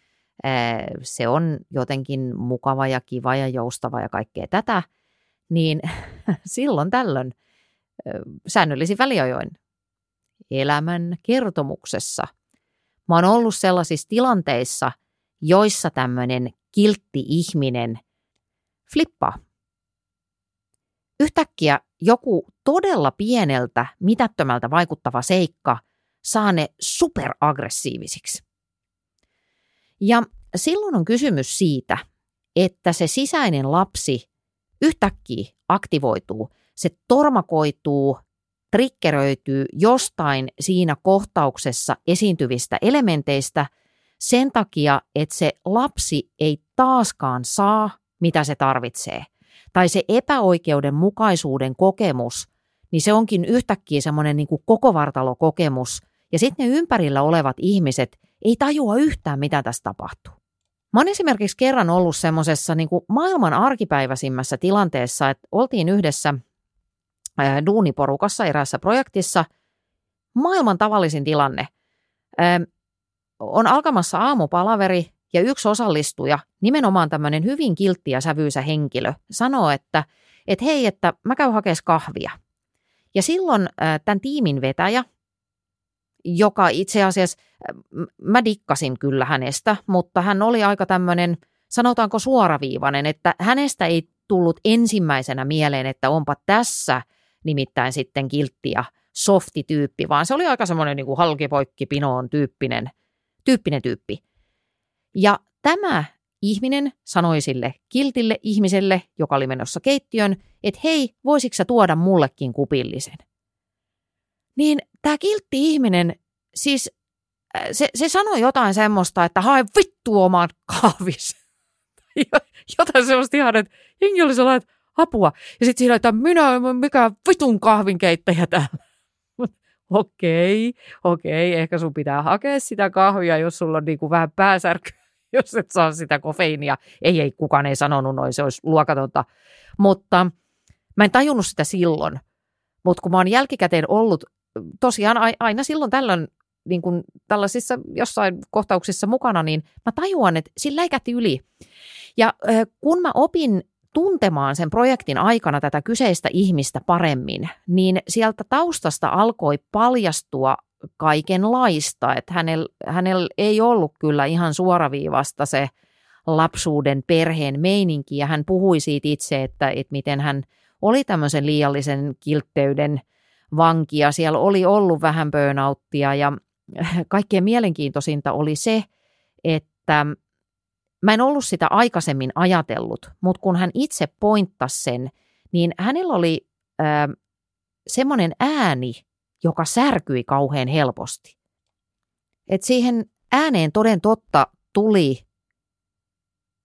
se on jotenkin mukava ja kiva ja joustava ja kaikkea tätä, niin silloin tällöin säännöllisin väliajoin elämän kertomuksessa mä oon ollut sellaisissa tilanteissa, joissa tämmöinen kiltti ihminen flippaa. Yhtäkkiä joku todella pieneltä, mitättömältä vaikuttava seikka saa ne superaggressiivisiksi. Ja silloin on kysymys siitä, että se sisäinen lapsi yhtäkkiä aktivoituu, se tormakoituu, triggeröityy jostain siinä kohtauksessa esiintyvistä elementeistä sen takia, että se lapsi ei taaskaan saa, mitä se tarvitsee. Tai se epäoikeudenmukaisuuden kokemus, niin se onkin yhtäkkiä semmoinen niin kuin koko vartalokokemus. Ja sitten ne ympärillä olevat ihmiset ei tajua yhtään, mitä tässä tapahtuu. Mä oon esimerkiksi kerran ollut semmoisessa niin kuin maailman arkipäiväisimmässä tilanteessa, että oltiin yhdessä ää, duuniporukassa eräässä projektissa. Maailman tavallisin tilanne. Ää, on alkamassa aamupalaveri ja yksi osallistuja, nimenomaan tämmöinen hyvin kiltti ja sävyisä henkilö, sanoo, että et hei, että mä käyn hakemaan kahvia. Ja silloin ää, tämän tiimin vetäjä, joka itse asiassa, mä dikkasin kyllä hänestä, mutta hän oli aika tämmöinen, sanotaanko suoraviivainen, että hänestä ei tullut ensimmäisenä mieleen, että onpa tässä nimittäin sitten kiltti ja softi tyyppi, vaan se oli aika semmoinen niin kuin halkipoikki pinoon tyyppinen, tyyppinen tyyppi. Ja tämä ihminen sanoi sille kiltille ihmiselle, joka oli menossa keittiön, että hei, voisitko sä tuoda mullekin kupillisen? Niin tämä kiltti ihminen, siis se, se sanoi jotain semmoista, että hae vittu oman kahvis. Jotain semmoista ihan, että jengi oli sellainen, että apua. Ja sitten siinä, että minä mikä vitun kahvinkeittäjä täällä. Okei, okei, ehkä sun pitää hakea sitä kahvia, jos sulla on niinku vähän pääsärky, jos et saa sitä kofeiinia. Ei, ei, kukaan ei sanonut noin, se olisi luokatonta. Mutta mä en tajunnut sitä silloin. Mutta kun mä oon jälkikäteen ollut tosiaan aina silloin tällöin niin kuin tällaisissa jossain kohtauksissa mukana, niin mä tajuan, että sillä läikähti yli. Ja kun mä opin tuntemaan sen projektin aikana tätä kyseistä ihmistä paremmin, niin sieltä taustasta alkoi paljastua kaikenlaista, että hänellä, hänellä ei ollut kyllä ihan suoraviivasta se lapsuuden perheen meininki, ja hän puhui siitä itse, että, että miten hän oli tämmöisen liiallisen kiltteyden vanki, ja siellä oli ollut vähän burnouttia, ja kaikkein mielenkiintoisinta oli se, että mä en ollut sitä aikaisemmin ajatellut, mutta kun hän itse pointtasi sen, niin hänellä oli äh, semmoinen ääni, joka särkyi kauhean helposti. Et siihen ääneen toden totta tuli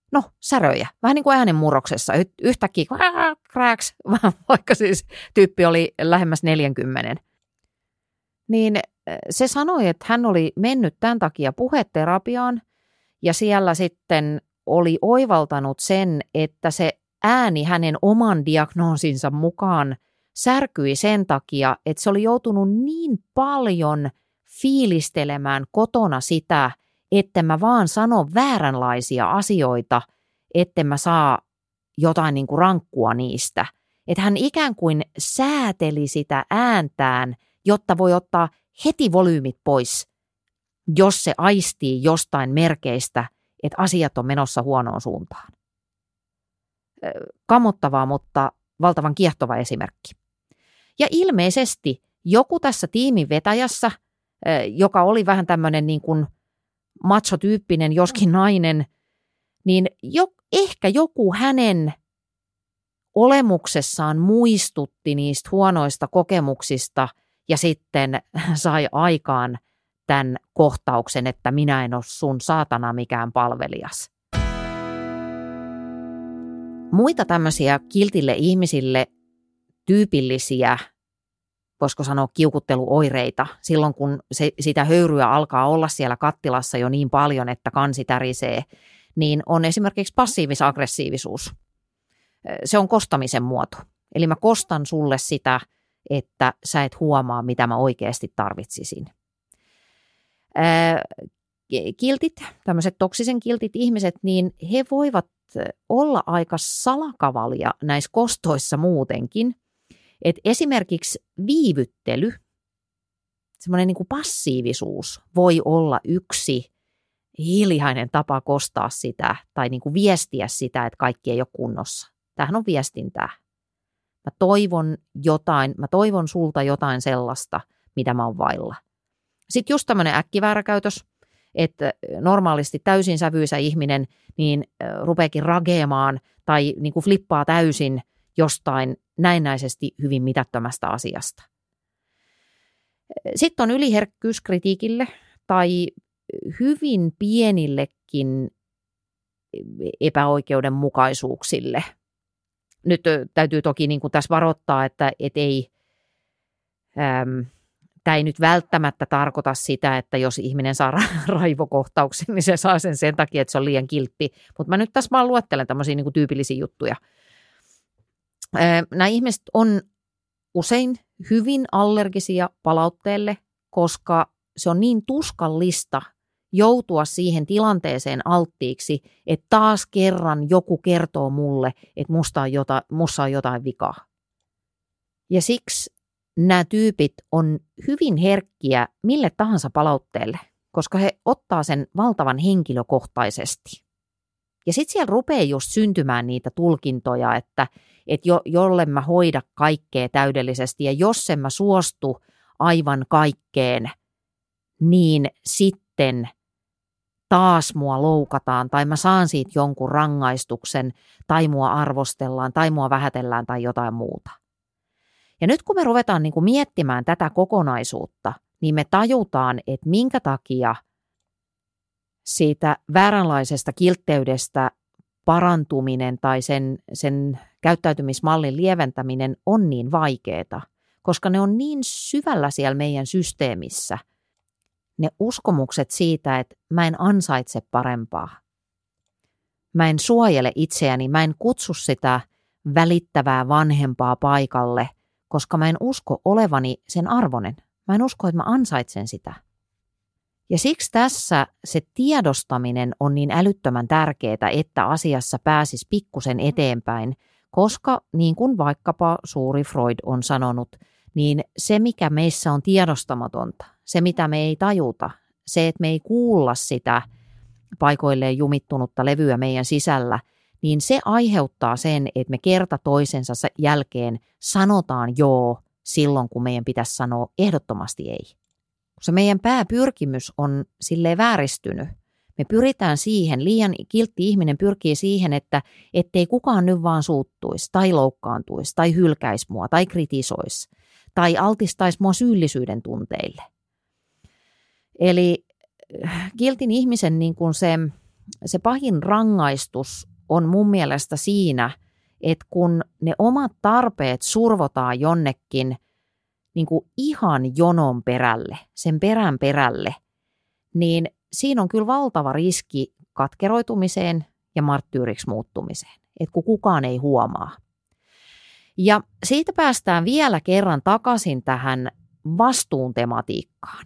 no säröjä, vähän niin kuin äänenmurroksessa, yhtäkkiä krääks, vaikka siis tyyppi oli lähemmäs neljäkymmentä. Niin se sanoi, että hän oli mennyt tämän takia puheterapiaan ja siellä sitten oli oivaltanut sen, että se ääni hänen oman diagnoosinsa mukaan särkyi sen takia, että se oli joutunut niin paljon fiilistelemään kotona sitä, että mä vaan sano vääränlaisia asioita, että mä saa jotain niin kuin rankkua niistä. Että hän ikään kuin sääteli sitä ääntään, jotta voi ottaa heti volyymit pois, jos se aistii jostain merkeistä, että asiat on menossa huonoon suuntaan. Kammottavaa, mutta valtavan kiehtova esimerkki. Ja ilmeisesti joku tässä tiimin vetäjässä, joka oli vähän tämmöinen niin kuin macho-tyyppinen, joskin nainen, niin jo, ehkä joku hänen olemuksessaan muistutti niistä huonoista kokemuksista ja sitten sai aikaan tämän kohtauksen, että minä en ole sun saatana mikään palvelias. Muita tämmöisiä kiltille ihmisille tyypillisiä, voisiko sanoa kiukutteluoireita, silloin kun se, sitä höyryä alkaa olla siellä kattilassa jo niin paljon, että kansi tärisee, niin on esimerkiksi passiivis-aggressiivisuus. Se on kostamisen muoto. Eli mä kostan sulle sitä, että sä et huomaa, mitä mä oikeasti tarvitsisin. Ää, kiltit, tämmöiset toksisen kiltit ihmiset, niin he voivat olla aika salakavalia näissä kostoissa muutenkin. Et esimerkiksi viivyttely, semmoinen niin kuin passiivisuus voi olla yksi hiljainen tapa kostaa sitä tai niin kuin viestiä sitä, että kaikki ei ole kunnossa. Tämähän on viestintää. Mä toivon jotain, mä toivon sulta jotain sellaista, mitä mä oon vailla. Sitten just tämmöinen äkkivääräkäytös, että normaalisti täysin sävyisä ihminen niin rupeekin rageemaan tai niin kuin flippaa täysin jostain näennäisesti hyvin mitättömästä asiasta. Sitten on yliherkkyys kritiikille tai hyvin pienillekin epäoikeudenmukaisuuksille. Nyt täytyy toki niin kuin tässä varoittaa, että et ei, äm, tämä ei nyt välttämättä tarkoita sitä, että jos ihminen saa raivokohtauksen, niin se saa sen sen takia, että se on liian kiltti. Mutta mä nyt tässä vaan luettelen tämmöisiä niin kuin tyypillisiä juttuja. Nämä ihmiset on usein hyvin allergisia palautteelle, koska se on niin tuskallista joutua siihen tilanteeseen alttiiksi, että taas kerran joku kertoo mulle, että musta on jotain, musta on jotain vikaa. Ja siksi nämä tyypit on hyvin herkkiä mille tahansa palautteelle, koska he ottaa sen valtavan henkilökohtaisesti. Ja sitten siellä rupeaa just syntymään niitä tulkintoja, että, että jo, jolle mä hoida kaikkea täydellisesti ja jos en mä suostu aivan kaikkeen, niin sitten taas mua loukataan tai mä saan siitä jonkun rangaistuksen tai mua arvostellaan tai mua vähätellään tai jotain muuta. Ja nyt kun me ruvetaan niin kuin miettimään tätä kokonaisuutta, niin me tajutaan, että minkä takia siitä vääränlaisesta kiltteydestä parantuminen tai sen, sen käyttäytymismallin lieventäminen on niin vaikeaa, koska ne on niin syvällä siellä meidän systeemissä. Ne uskomukset siitä, että mä en ansaitse parempaa. Mä en suojele itseäni, mä en kutsu sitä välittävää vanhempaa paikalle, koska mä en usko olevani sen arvoinen. Mä en usko, että mä ansaitsen sitä. Ja siksi tässä se tiedostaminen on niin älyttömän tärkeää, että asiassa pääsisi pikkusen eteenpäin, koska niin kuin vaikkapa suuri Freud on sanonut, niin se mikä meissä on tiedostamatonta, se mitä me ei tajuta, se että me ei kuulla sitä paikoilleen jumittunutta levyä meidän sisällä, niin se aiheuttaa sen, että me kerta toisensa jälkeen sanotaan joo silloin, kun meidän pitäisi sanoa ehdottomasti ei. Se meidän pääpyrkimys on silleen vääristynyt. Me pyritään siihen, liian kiltti ihminen pyrkii siihen, että ettei kukaan nyt vaan suuttuisi tai loukkaantuisi tai hylkäisi mua tai kritisoisi tai altistaisi mua syyllisyyden tunteille. Eli kiltin ihmisen niin kuin se se pahin rangaistus on mun mielestä siinä, että kun ne omat tarpeet survotaan jonnekin niin kuin ihan jonon perälle, sen perän perälle, niin siinä on kyllä valtava riski katkeroitumiseen ja marttyyriksi muuttumiseen, että kun kukaan ei huomaa. Ja siitä päästään vielä kerran takaisin tähän vastuun tematiikkaan.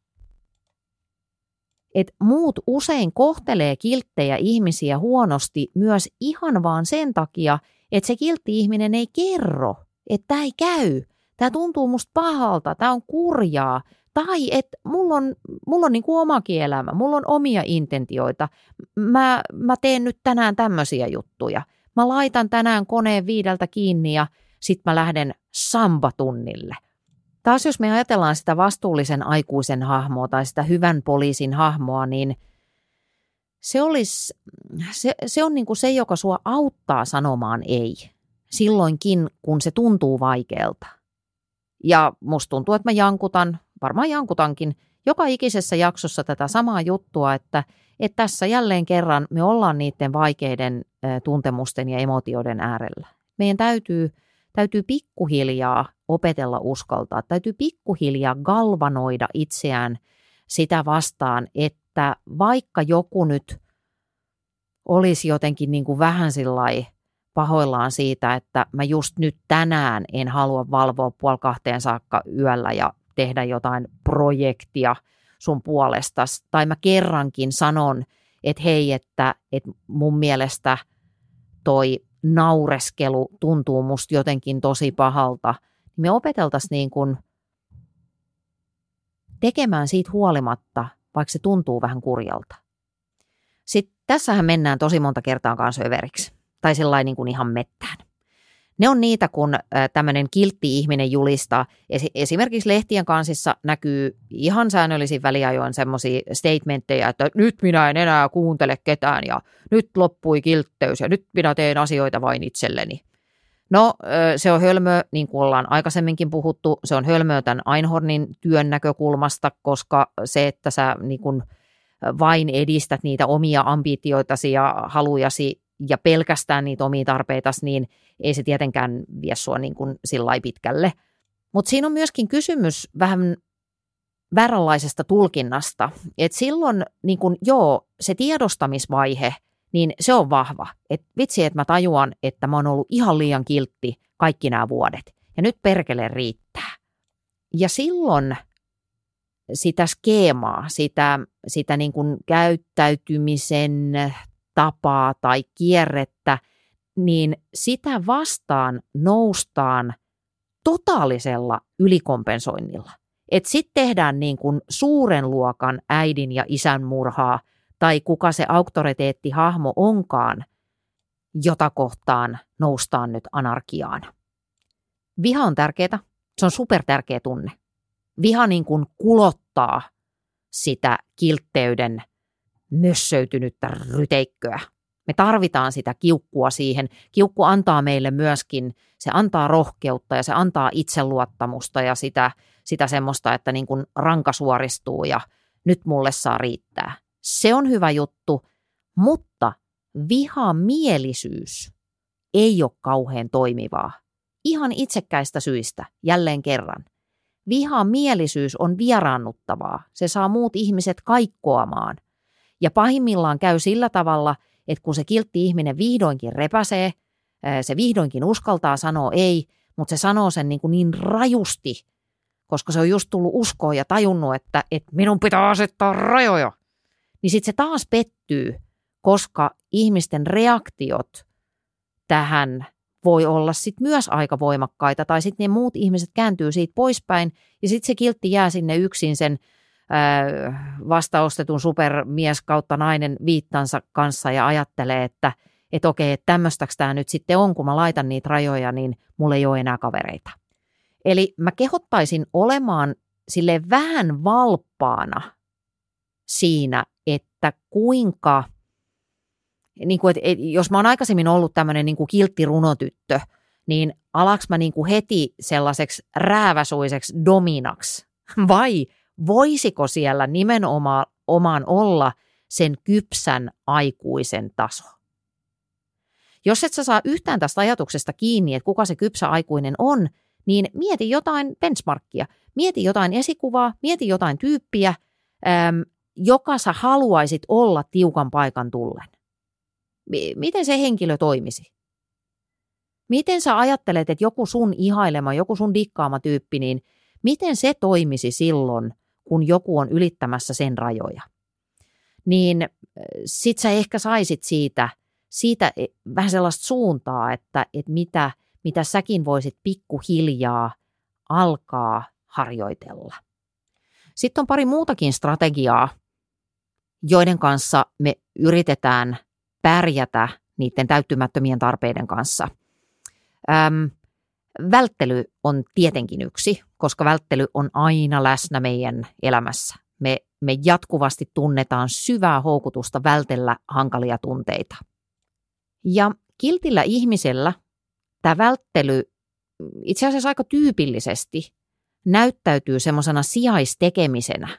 Et muut usein kohtelee kilttejä ihmisiä huonosti myös ihan vaan sen takia, että se kiltti ihminen ei kerro, että tämä ei käy, tämä tuntuu musta pahalta, tämä on kurjaa, tai että mulla on, mulla on niin kuin omakin elämä, mulla on omia intentioita, mä, mä teen nyt tänään tämmöisiä juttuja, mä laitan tänään koneen viideltä kiinni ja sit mä lähden sambatunnille. Taas jos me ajatellaan sitä vastuullisen aikuisen hahmoa tai sitä hyvän poliisin hahmoa, niin se, olisi, se, se on niin kuin se, joka sua auttaa sanomaan ei, silloinkin kun se tuntuu vaikealta. Ja musta tuntuu, että mä jankutan, varmaan jankutankin, joka ikisessä jaksossa tätä samaa juttua, että, että tässä jälleen kerran me ollaan niiden vaikeiden tuntemusten ja emotioiden äärellä. Meidän täytyy, täytyy pikkuhiljaa opetella uskaltaa, täytyy pikkuhiljaa galvanoida itseään sitä vastaan, että vaikka joku nyt olisi jotenkin niin kuin vähän sillai pahoillaan siitä, että mä just nyt tänään en halua valvoa puoli kahteen saakka yöllä ja tehdä jotain projektia sun puolestas. Tai mä kerrankin sanon, että hei, että, että mun mielestä toi naureskelu tuntuu musta jotenkin tosi pahalta. Me opeteltaisiin niin kuin tekemään siitä huolimatta, vaikka se tuntuu vähän kurjalta. Sitten tässähän mennään tosi monta kertaa kanssa överiksi, tai sellainen niin kuin ihan mettään. Ne on niitä, kun tämmöinen kiltti ihminen julistaa. Esimerkiksi lehtien kansissa näkyy ihan säännöllisin väliajoin semmoisia statementteja, että nyt minä en enää kuuntele ketään ja nyt loppui kiltteys ja nyt minä teen asioita vain itselleni. No se on hölmö, niin kuin ollaan aikaisemminkin puhuttu, se on hölmöä tämän Einhornin työn näkökulmasta, koska se, että sä niin kuin vain edistät niitä omia ambitioitasi ja halujasi ja pelkästään niitä omia tarpeitasi, niin ei se tietenkään vie sua niin kuin sillai pitkälle. Mutta siinä on myöskin kysymys vähän vääränlaisesta tulkinnasta. Että silloin niin kun, joo, se tiedostamisvaihe, niin se on vahva. Että vitsi, että mä tajuan, että mä oon ollut ihan liian kiltti kaikki nämä vuodet. Ja nyt perkele riittää. Ja silloin sitä skeemaa, sitä, sitä niin kun käyttäytymisen tapaa tai kierrettä, niin sitä vastaan noustaan totaalisella ylikompensoinnilla. Että sitten tehdään niin kuin suuren luokan äidin ja isän murhaa, tai kuka se auktoriteettihahmo onkaan, jota kohtaan noustaan nyt anarkiaan. Viha on tärkeää, se on supertärkeä tunne. Viha niin kuin kulottaa sitä kiltteyden mössöytynyttä ryteikköä. Me tarvitaan sitä kiukkua siihen. Kiukku antaa meille myöskin, se antaa rohkeutta ja se antaa itseluottamusta ja sitä, sitä semmoista, että niin kuin ranka suoristuu ja nyt mulle saa riittää. Se on hyvä juttu, mutta vihamielisyys ei ole kauhean toimivaa. Ihan itsekkäistä syistä, jälleen kerran. Vihamielisyys on vieraannuttavaa. Se saa muut ihmiset kaikkoamaan. Ja pahimmillaan käy sillä tavalla, että kun se kiltti ihminen vihdoinkin repäsee, se vihdoinkin uskaltaa sanoa ei, mutta se sanoo sen niin, kuin niin rajusti, koska se on just tullut uskoon ja tajunnut, että, että minun pitää asettaa rajoja. Niin sitten se taas pettyy, koska ihmisten reaktiot tähän voi olla sit myös aika voimakkaita, tai sitten ne muut ihmiset kääntyy siitä poispäin, ja sitten se kiltti jää sinne yksin sen vastaostetun supermies kautta nainen viittansa kanssa ja ajattelee, että et okei, että tämmöistäks tämä nyt sitten on, kun mä laitan niitä rajoja, niin mulla ei ole enää kavereita. Eli mä kehottaisin olemaan sille vähän valppaana siinä, että kuinka, niin kuin, että jos mä oon aikaisemmin ollut tämmöinen niin kuin kiltti runotyttö, niin alaks mä niin kuin heti sellaiseksi rääväsuiseksi dominaksi vai voisiko siellä nimenomaan omaan olla sen kypsän aikuisen taso. Jos et sä saa yhtään tästä ajatuksesta kiinni, että kuka se kypsä aikuinen on, niin mieti jotain benchmarkkia, mieti jotain esikuvaa, mieti jotain tyyppiä, äm, joka sä haluaisit olla tiukan paikan tullen. M- miten se henkilö toimisi? Miten sä ajattelet, että joku sun ihailema, joku sun dikkaama tyyppi, niin miten se toimisi silloin, kun joku on ylittämässä sen rajoja? Niin sit sä ehkä saisit siitä, siitä vähän sellaista suuntaa, että, että mitä, mitä säkin voisit pikkuhiljaa alkaa harjoitella. Sitten on pari muutakin strategiaa, joiden kanssa me yritetään pärjätä niiden täyttymättömien tarpeiden kanssa. Öm, välttely on tietenkin yksi, koska välttely on aina läsnä meidän elämässä. Me, me jatkuvasti tunnetaan syvää houkutusta vältellä hankalia tunteita. Ja kiltillä ihmisellä tämä välttely itse asiassa aika tyypillisesti näyttäytyy semmoisena sijaistekemisenä.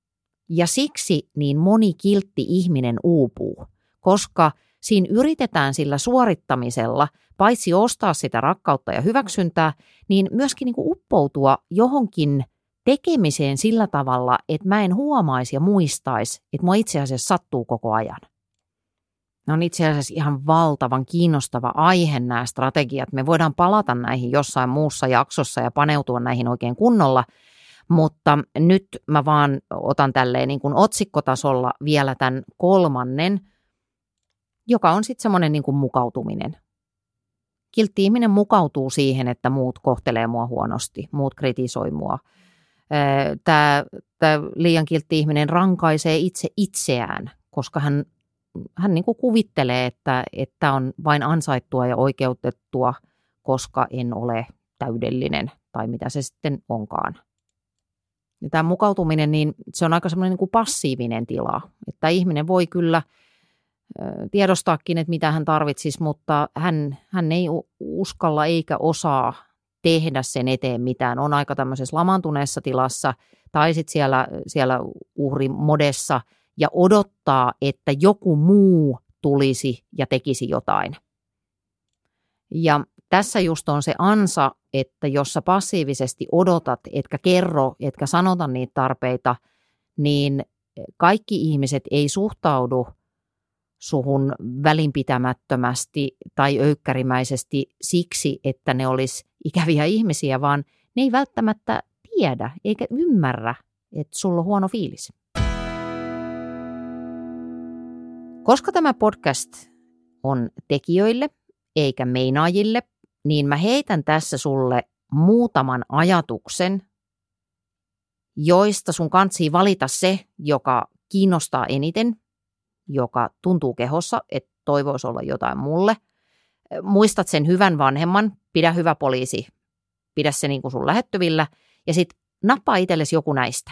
Ja siksi niin moni kiltti ihminen uupuu, koska siinä yritetään sillä suorittamisella paitsi ostaa sitä rakkautta ja hyväksyntää, niin myöskin niin kuin uppoutua johonkin tekemiseen sillä tavalla, että mä en huomaisi ja muistaisi, että mua itse asiassa sattuu koko ajan. Ne on itse asiassa ihan valtavan kiinnostava aihe nämä strategiat. Me voidaan palata näihin jossain muussa jaksossa ja paneutua näihin oikein kunnolla, mutta nyt mä vaan otan tälleen niin kuin otsikkotasolla vielä tämän kolmannen, joka on sitten semmoinen niin kuin mukautuminen. Kiltti ihminen mukautuu siihen, että muut kohtelee mua huonosti, muut kritisoi mua. Tämä, tämä liian kiltti ihminen rankaisee itse itseään, koska hän, hän niin kuin kuvittelee, että, että on vain ansaittua ja oikeutettua, koska en ole täydellinen tai mitä se sitten onkaan. Ja tämä mukautuminen, niin se on aika semmoinen niin kuin passiivinen tila, että ihminen voi kyllä tiedostaakin, että mitä hän tarvitsisi, mutta hän, hän ei uskalla eikä osaa tehdä sen eteen mitään. On aika tämmöisessä lamantuneessa tilassa tai sitten siellä, siellä uhrimodessa ja odottaa, että joku muu tulisi ja tekisi jotain. Ja tässä just on se ansa, että jos sä passiivisesti odotat, etkä kerro, etkä sanota niitä tarpeita, niin kaikki ihmiset ei suhtaudu suhun välinpitämättömästi tai öykkärimäisesti siksi, että ne olisi ikäviä ihmisiä, vaan ne ei välttämättä tiedä eikä ymmärrä, että sulla on huono fiilis. Koska tämä podcast on tekijöille eikä meinaajille, niin mä heitän tässä sulle muutaman ajatuksen, joista sun kantsii valita se, joka kiinnostaa eniten, joka tuntuu kehossa, että toivoisi olla jotain mulle. Muistat sen hyvän vanhemman, pidä hyvä poliisi, pidä se niin kuin sun lähettyvillä ja sitten nappaa itsellesi joku näistä.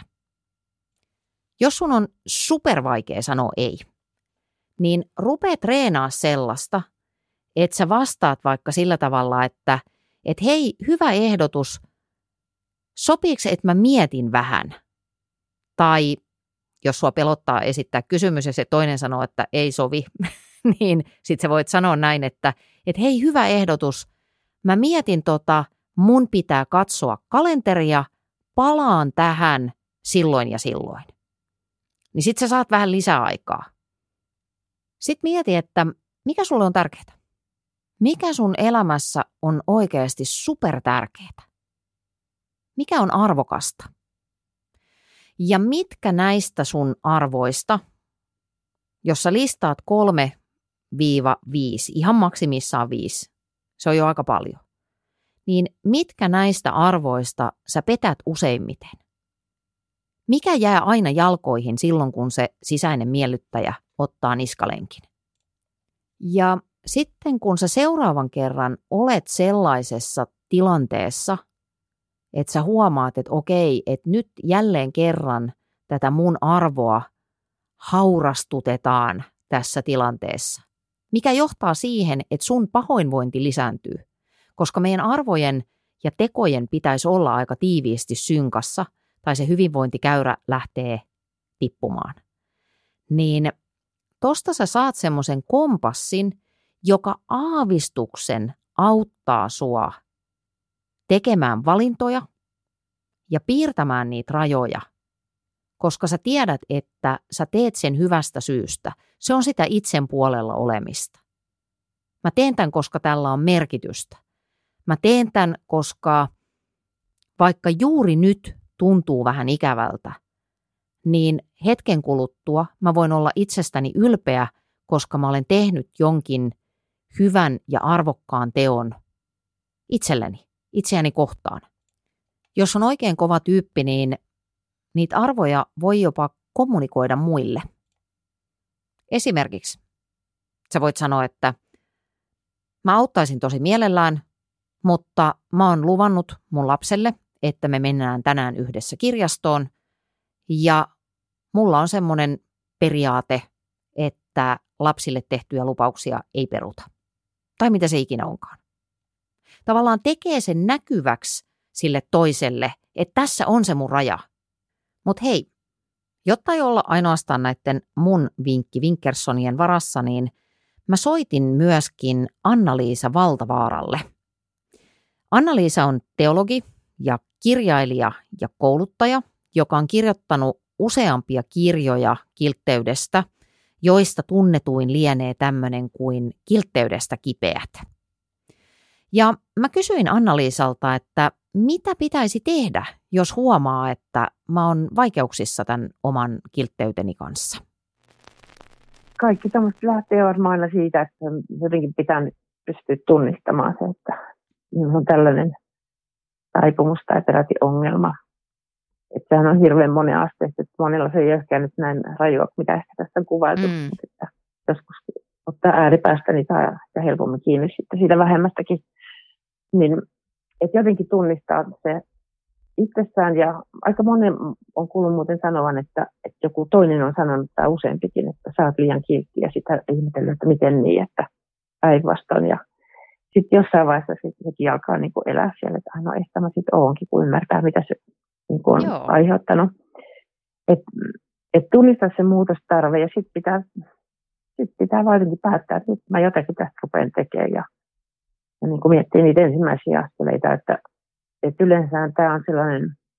Jos sun on supervaikea sanoa ei, niin rupee treenaa sellaista, että sä vastaat vaikka sillä tavalla, että et hei, hyvä ehdotus, sopiiko, että mä mietin vähän? Tai jos sua pelottaa esittää kysymys ja se toinen sanoo, että ei sovi, niin sit sä voit sanoa näin, että et hei, hyvä ehdotus, mä mietin tota, mun pitää katsoa kalenteria, palaan tähän silloin ja silloin. Niin sit sä saat vähän lisäaikaa. Sitten mieti, että mikä sulle on tärkeää? Mikä sun elämässä on oikeasti supertärkeää? Mikä on arvokasta? Ja mitkä näistä sun arvoista, jos sä listaat kolme viiva viisi, ihan maksimissaan viisi, se on jo aika paljon, niin mitkä näistä arvoista sä petät useimmiten? Mikä jää aina jalkoihin silloin, kun se sisäinen miellyttäjä ottaa niskalenkin? Ja sitten kun sä seuraavan kerran olet sellaisessa tilanteessa, että sä huomaat, että okei, että nyt jälleen kerran tätä mun arvoa haurastutetaan tässä tilanteessa, mikä johtaa siihen, että sun pahoinvointi lisääntyy, koska meidän arvojen ja tekojen pitäisi olla aika tiiviisti synkassa, tai se hyvinvointikäyrä lähtee tippumaan. niin tosta sä saat semmoisen kompassin, joka aavistuksen auttaa sua tekemään valintoja ja piirtämään niitä rajoja, koska sä tiedät, että sä teet sen hyvästä syystä. Se on sitä itsen puolella olemista. Mä teen tämän, koska tällä on merkitystä. Mä teen tämän, koska vaikka juuri nyt tuntuu vähän ikävältä, niin hetken kuluttua mä voin olla itsestäni ylpeä, koska mä olen tehnyt jonkin hyvän ja arvokkaan teon itselleni, itseäni kohtaan. Jos on oikein kova tyyppi, niin niitä arvoja voi jopa kommunikoida muille. Esimerkiksi sä voit sanoa, että mä auttaisin tosi mielellään, mutta mä oon luvannut mun lapselle, että me mennään tänään yhdessä kirjastoon ja mulla on semmoinen periaate, että lapsille tehtyjä lupauksia ei peruta. Tai mitä se ikinä onkaan. Tavallaan tekee sen näkyväksi sille toiselle, että tässä on se mun raja. Mutta hei, jotta ei olla ainoastaan näiden mun vinkki Vinkersonien varassa, niin mä soitin myöskin Anna-Liisa Valtavaaralle. Anna-Liisa on teologi ja kirjailija ja kouluttaja, joka on kirjoittanut useampia kirjoja kiltteydestä, joista tunnetuin lienee tämmöinen kuin Kiltteydestä kipeät. Ja mä kysyin Anna-Liisalta, että mitä pitäisi tehdä, jos huomaa, että mä oon vaikeuksissa tämän oman kiltteyteni kanssa? Kaikki tämmöistä lähtee varmaan aina siitä, että jotenkin pitää pystyä tunnistamaan se, että minulla on tällainen taipumus tai peräti ongelma. Että sehän on hirveän monen asteista, että monella se ei ehkä nyt näin rajua, mitä ehkä tästä on kuvailtu. Mm. Että joskus ottaa ääripäästä niin saa ja helpommin kiinni sitten siitä vähemmästäkin. Niin, että jotenkin tunnistaa se itsessään, ja aika monen on kuullut muuten sanovan, että, että joku toinen on sanonut tai useampikin, että sä oot liian kiltti, ja sitä ihmetellyt, että miten niin, että päinvastoin. Ja sitten jossain vaiheessa sit sekin alkaa niin kuin elää siellä, että no ehkä mä sitten oonkin, kun ymmärtää, mitä se niin kuin on Joo. aiheuttanut. Että et tunnistaa se muutostarve, ja sitten pitää, sit pitää vaan päättää, että nyt mä jotakin tästä rupean tekemään, ja, ja niin kuin miettii niitä ensimmäisiä askeleita, että et yleensä tämä on sellainen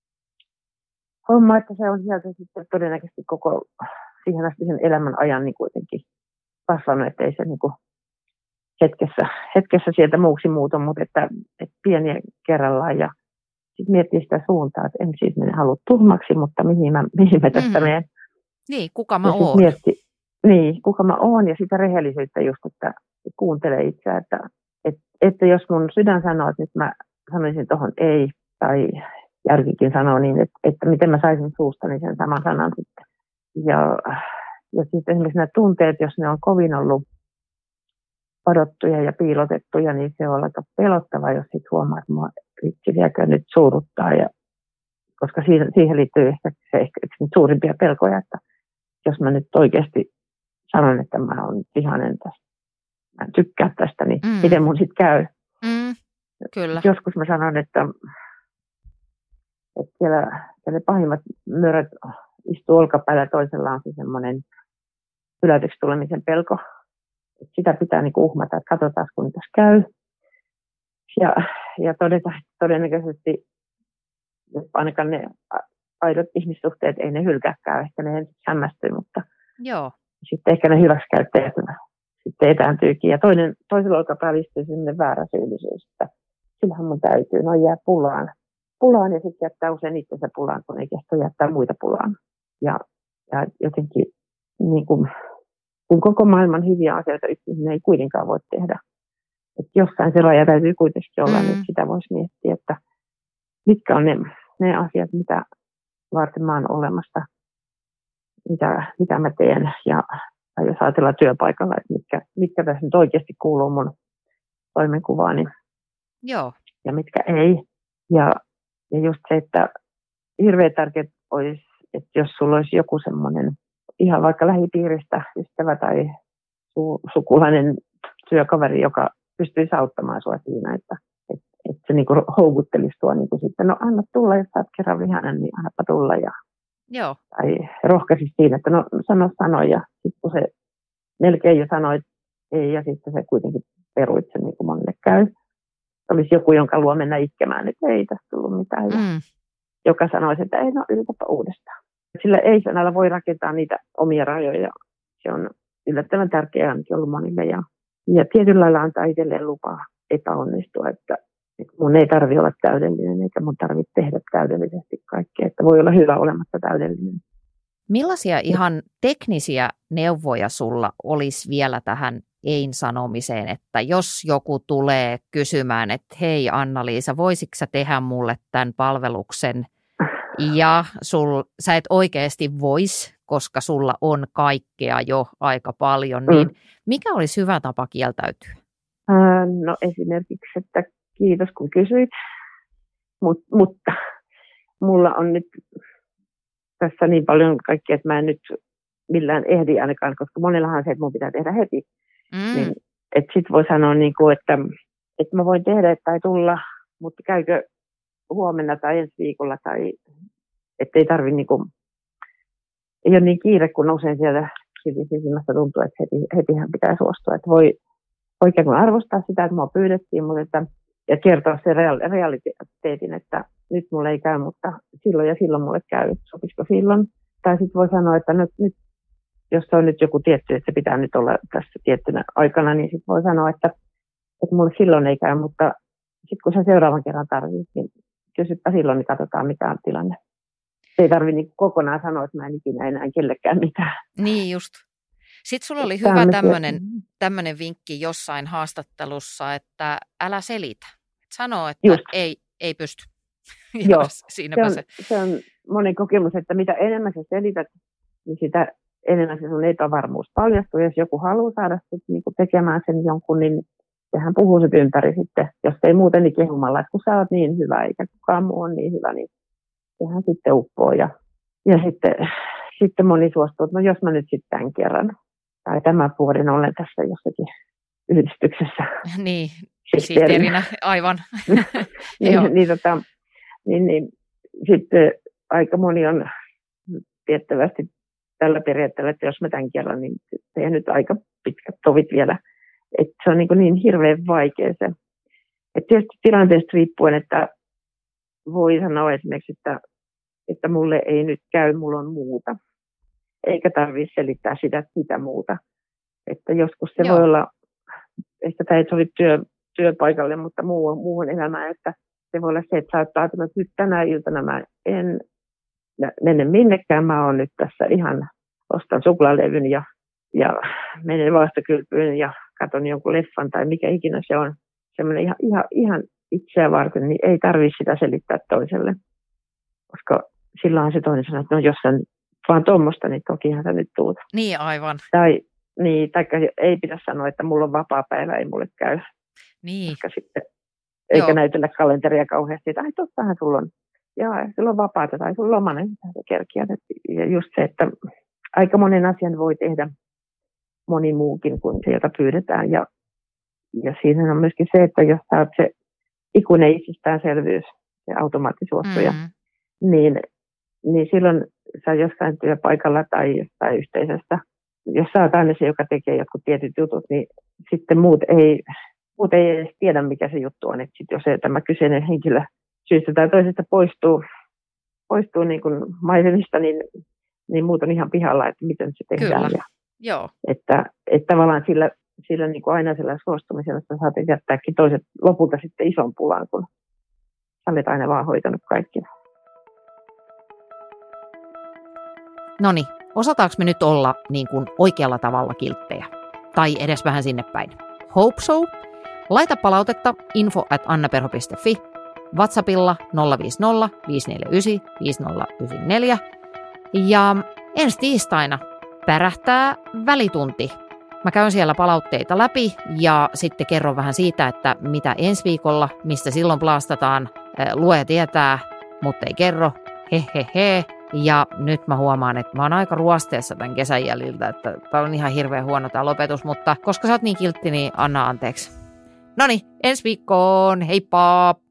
homma, että se on sieltä sitten todennäköisesti koko siihen asti sen elämän ajan niin kuitenkin kasvanut, ettei se niin kuin hetkessä, hetkessä sieltä muuksi muutu, mutta että, että pieniä kerrallaan ja sitten miettii sitä suuntaa, että en siis mene halua tuhmaksi, mutta mihin mä, mihin mä tästä mm. menen. Niin, kuka mä oon. Mietti, niin, kuka mä oon, ja sitä rehellisyyttä just, että kuuntelee itseä, että, että, että jos mun sydän sanoo, että nyt mä sanoisin tuohon ei, tai järkikin sanoo niin, että, että miten mä saisin suustani sen saman sanan sitten. Ja, ja sitten esimerkiksi nämä tunteet, jos ne on kovin ollut padottuja ja piilotettuja, niin se on aika pelottava, jos sitten huomaa, että mua vitsi vieläkö nyt suuruttaa. Ja, koska siihen, siihen liittyy ehkä se ehkä yksi suurimpia pelkoja, että jos mä nyt oikeasti sanon, että mä oon vihainen tästä, mä en tykkää tästä, niin mm. miten mun sitten käy? Mm. Kyllä. Joskus mä sanon, että, että siellä, siellä pahimmat möröt istuu olkapäällä, toisella on se semmoinen hylätyksi tulemisen pelko. Että sitä pitää niin kuin uhmata, että katsotaan, kun tässä käy. Ja, ja todeta, että todennäköisesti ainakaan ne aidot ihmissuhteet ei ne hylkääkään, ehkä ne ensin hämmästyy, mutta Joo. sitten ehkä ne hyväksikäyttäjät sitten etääntyykin. Ja toinen, toisella olkapäällä istuu sellainen väärä syyllisyys, että sillähän mun täytyy, no jää pulaan. Pulaan ja sitten jättää usein itsensä pulaan, kun ei kestä jättää muita pulaan. Ja, ja jotenkin, niin kuin, kun koko maailman hyviä asioita yksin ei kuitenkaan voi tehdä. Että jossain se raja täytyy kuitenkin olla, mm. niin sitä voisi miettiä, että mitkä on ne, ne asiat, mitä varten mä oon olemassa, mitä, mitä mä teen. Ja tai jos ajatellaan työpaikalla, että mitkä, mitkä tässä nyt oikeasti kuuluu mun toimenkuvaani. Joo. Ja mitkä ei. Ja, ja just se, että hirveän tärkeää olisi, että jos sulla olisi joku semmoinen ihan vaikka lähipiiristä ystävä tai su, sukulainen työkaveri, joka pystyisi auttamaan sua siinä, että, että, että se niinku houkuttelisi sua niinku sitten, no anna tulla, jos sä oot kerran vihainen, niin annapa tulla. Ja Joo. Tai rohkaisi siinä, että no sano sano ja sitten kun se melkein jo sanoi, että ei ja sitten se kuitenkin peruit sen niin kuin monelle käy. Olisi joku, jonka luo mennä itkemään, että ei tässä tullut mitään. Mm. Joka sanoisi, että ei no yritäpä uudestaan. Sillä ei sanalla voi rakentaa niitä omia rajoja. Se on yllättävän tärkeää ainakin ollut monille. Ja, ja tietyllä lailla antaa itselleen lupaa epäonnistua, että, että mun ei tarvitse olla täydellinen eikä mun tarvitse tehdä täydellisesti kaikkea. Että voi olla hyvä olematta täydellinen. Millaisia ihan teknisiä neuvoja sulla olisi vielä tähän ein sanomiseen, että jos joku tulee kysymään, että hei Anna-Liisa, voisitko sä tehdä mulle tämän palveluksen ja sul, sä et oikeasti vois, koska sulla on kaikkea jo aika paljon, niin mm. mikä olisi hyvä tapa kieltäytyä? Äh, no esimerkiksi, että kiitos kun kysyit, Mut, mutta mulla on nyt tässä niin paljon kaikkea, että mä en nyt millään ehdi ainakaan, koska monellahan se, että mun pitää tehdä heti. Mm. Niin, että sit voi sanoa, niin kuin, että, että mä voin tehdä tai tulla, mutta käykö huomenna tai ensi viikolla, tai ettei tarvi, niin kuin, ei ole niin kiire, kun usein siellä sisimmästä tuntuu, että heti, hetihän pitää suostua. Että voi oikein kun arvostaa sitä, että mua pyydettiin, mutta että, ja kertoa se real, realiteetin, että nyt mulle ei käy, mutta silloin ja silloin mulle käy, sopisiko silloin. Tai sitten voi sanoa, että nyt, nyt jos se on nyt joku tietty, että se pitää nyt olla tässä tiettynä aikana, niin sitten voi sanoa, että, että mulle silloin ei käy, mutta sitten kun sä seuraavan kerran tarvitset, niin kysypä silloin, niin katsotaan mikä on tilanne. Ei tarvitse niin kokonaan sanoa, että mä en ikinä enää kellekään mitään. Niin just. Sitten sulla oli hyvä tämmöinen, tämmöinen vinkki jossain haastattelussa, että älä selitä. Sano, että just. ei, ei pysty. Joo, se on, se. se on monen kokemus, että mitä enemmän sä selität, niin sitä enemmän se sun epävarmuus paljastuu. Jos joku haluaa saada sit niinku tekemään sen jonkun, niin sehän puhuu sit ympäri sitten. Jos ei muuten niin kehumalla, että kun sä oot niin hyvä, eikä kukaan muu on niin hyvä, niin sehän sitten uppoo. Ja, ja sitten, sitten moni suostuu, että no jos mä nyt sitten tämän kerran, tai tämän vuoden olen tässä jossakin yhdistyksessä. Niin, sihteerinä, aivan. niin, niin, tota, niin, niin sitten aika moni on tiettävästi tällä periaatteella, että jos mä tämän kerran, niin tehdään nyt aika pitkät tovit vielä. Että se on niin, niin hirveän vaikea se. Että tietysti tilanteesta riippuen, että voi sanoa esimerkiksi, että, että mulle ei nyt käy, mulla on muuta. Eikä tarvitse selittää sitä, mitä muuta. Että joskus se Joo. voi olla, ehkä tämä ei sovi työ, työpaikalle, mutta muu, muuhun elämään, että se voi olla se, että sä oot päättänyt, että nyt tänä iltana mä en mene minnekään, mä oon nyt tässä ihan, ostan suklaalevyn ja, ja menen vaastokylpyyn ja katson jonkun leffan tai mikä ikinä se on. Semmoinen ihan, ihan, ihan itseä varten, niin ei tarvitse sitä selittää toiselle. Koska silloin se toinen sanoo, että no jos sä vaan tuommoista, niin tokihan sä nyt tuut. Niin aivan. Tai niin, taikka ei pidä sanoa, että mulla on vapaa päivä, ei mulle käy. Niin. Koska sitten, eikä Joo. näytellä kalenteria kauheasti, että ai tottahan sulla on, jaa, sulla on vapaata tai sulla on lomainen, kerkiä. Ja just se, että aika monen asian voi tehdä moni muukin kuin se, jota pyydetään. Ja, ja siinä on myöskin se, että jos sä oot se ikuinen itsestäänselvyys, se automaattisuostuja, mm-hmm. niin, niin silloin sä jossain työpaikalla tai jossain yhteisöstä, jos sä oot aina se, joka tekee jotkut tietyt jutut, niin sitten muut ei, muut ei edes tiedä, mikä se juttu on. Että sit jos se, tämä kyseinen henkilö syystä tai toisesta poistuu, poistuu niin kuin maisemista, niin, niin muut on ihan pihalla, että miten se tehdään. Kyllä. Ja, Joo. Että, että tavallaan sillä, sillä niin kuin aina sillä suostumisella saat jättääkin toiset lopulta sitten ison pulaan, kun sä olet aina vaan hoitanut kaikki. Noniin, osataanko me nyt olla niin kuin oikealla tavalla kilttejä? Tai edes vähän sinne päin. Hope so. Laita palautetta info at annaperho piste fi, WhatsAppilla nolla viisi nolla viisi neljä yhdeksän viisi nolla yhdeksän neljä. Ja ensi tiistaina pärähtää välitunti. Mä käyn siellä palautteita läpi ja sitten kerron vähän siitä, että mitä ensi viikolla, mistä silloin plaastataan. Lue tietää, mutta ei kerro. He he he. Ja nyt mä huomaan, että mä oon aika ruosteessa tämän kesän jäljiltä, että tää on ihan hirveän huono tää lopetus, mutta koska sä oot niin kiltti, niin anna anteeksi. Noniin, ensi viikkoon, heippa!